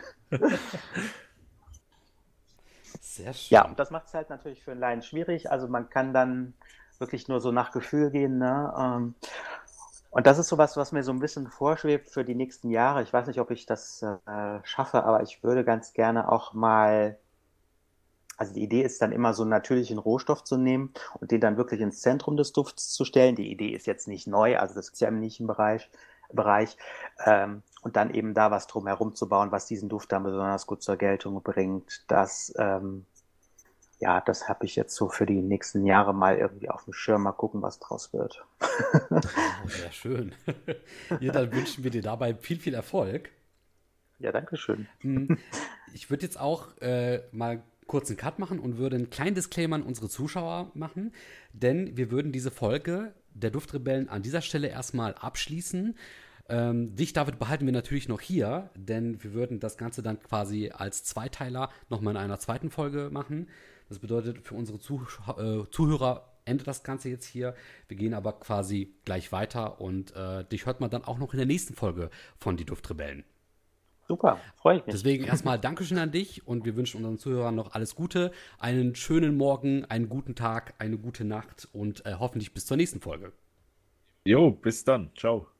Sehr schön. Ja, und das macht es halt natürlich für einen Laien schwierig. Also man kann dann wirklich nur so nach Gefühl gehen. Ne? Ähm, Und das ist sowas, was mir so ein bisschen vorschwebt für die nächsten Jahre. Ich weiß nicht, ob ich das äh, schaffe, aber ich würde ganz gerne auch mal, also die Idee ist dann immer so einen natürlichen Rohstoff zu nehmen und den dann wirklich ins Zentrum des Dufts zu stellen. Die Idee ist jetzt nicht neu, also das ist ja im Nischenbereich. Bereich, ähm, und dann eben da was drum herum zu bauen, was diesen Duft dann besonders gut zur Geltung bringt. Das, ähm, ja, das habe ich jetzt so für die nächsten Jahre mal irgendwie auf dem Schirm. Mal gucken, was draus wird. Oh, sehr schön. Ja, dann wünschen wir dir dabei viel, viel Erfolg. Ja, danke schön. Ich würde jetzt auch äh, mal kurz einen Cut machen und würde einen kleinen Disclaimer an unsere Zuschauer machen, denn wir würden diese Folge der Duftrebellen an dieser Stelle erstmal abschließen. Ähm, dich, David, behalten wir natürlich noch hier, denn wir würden das Ganze dann quasi als Zweiteiler nochmal in einer zweiten Folge machen. Das bedeutet, für unsere Zuh- äh, Zuhörer endet das Ganze jetzt hier. Wir gehen aber quasi gleich weiter und äh, dich hört man dann auch noch in der nächsten Folge von Die Duftrebellen. Super, freue ich mich. Deswegen erstmal Dankeschön an dich und wir wünschen unseren Zuhörern noch alles Gute, einen schönen Morgen, einen guten Tag, eine gute Nacht und äh, hoffentlich bis zur nächsten Folge. Jo, bis dann. Ciao.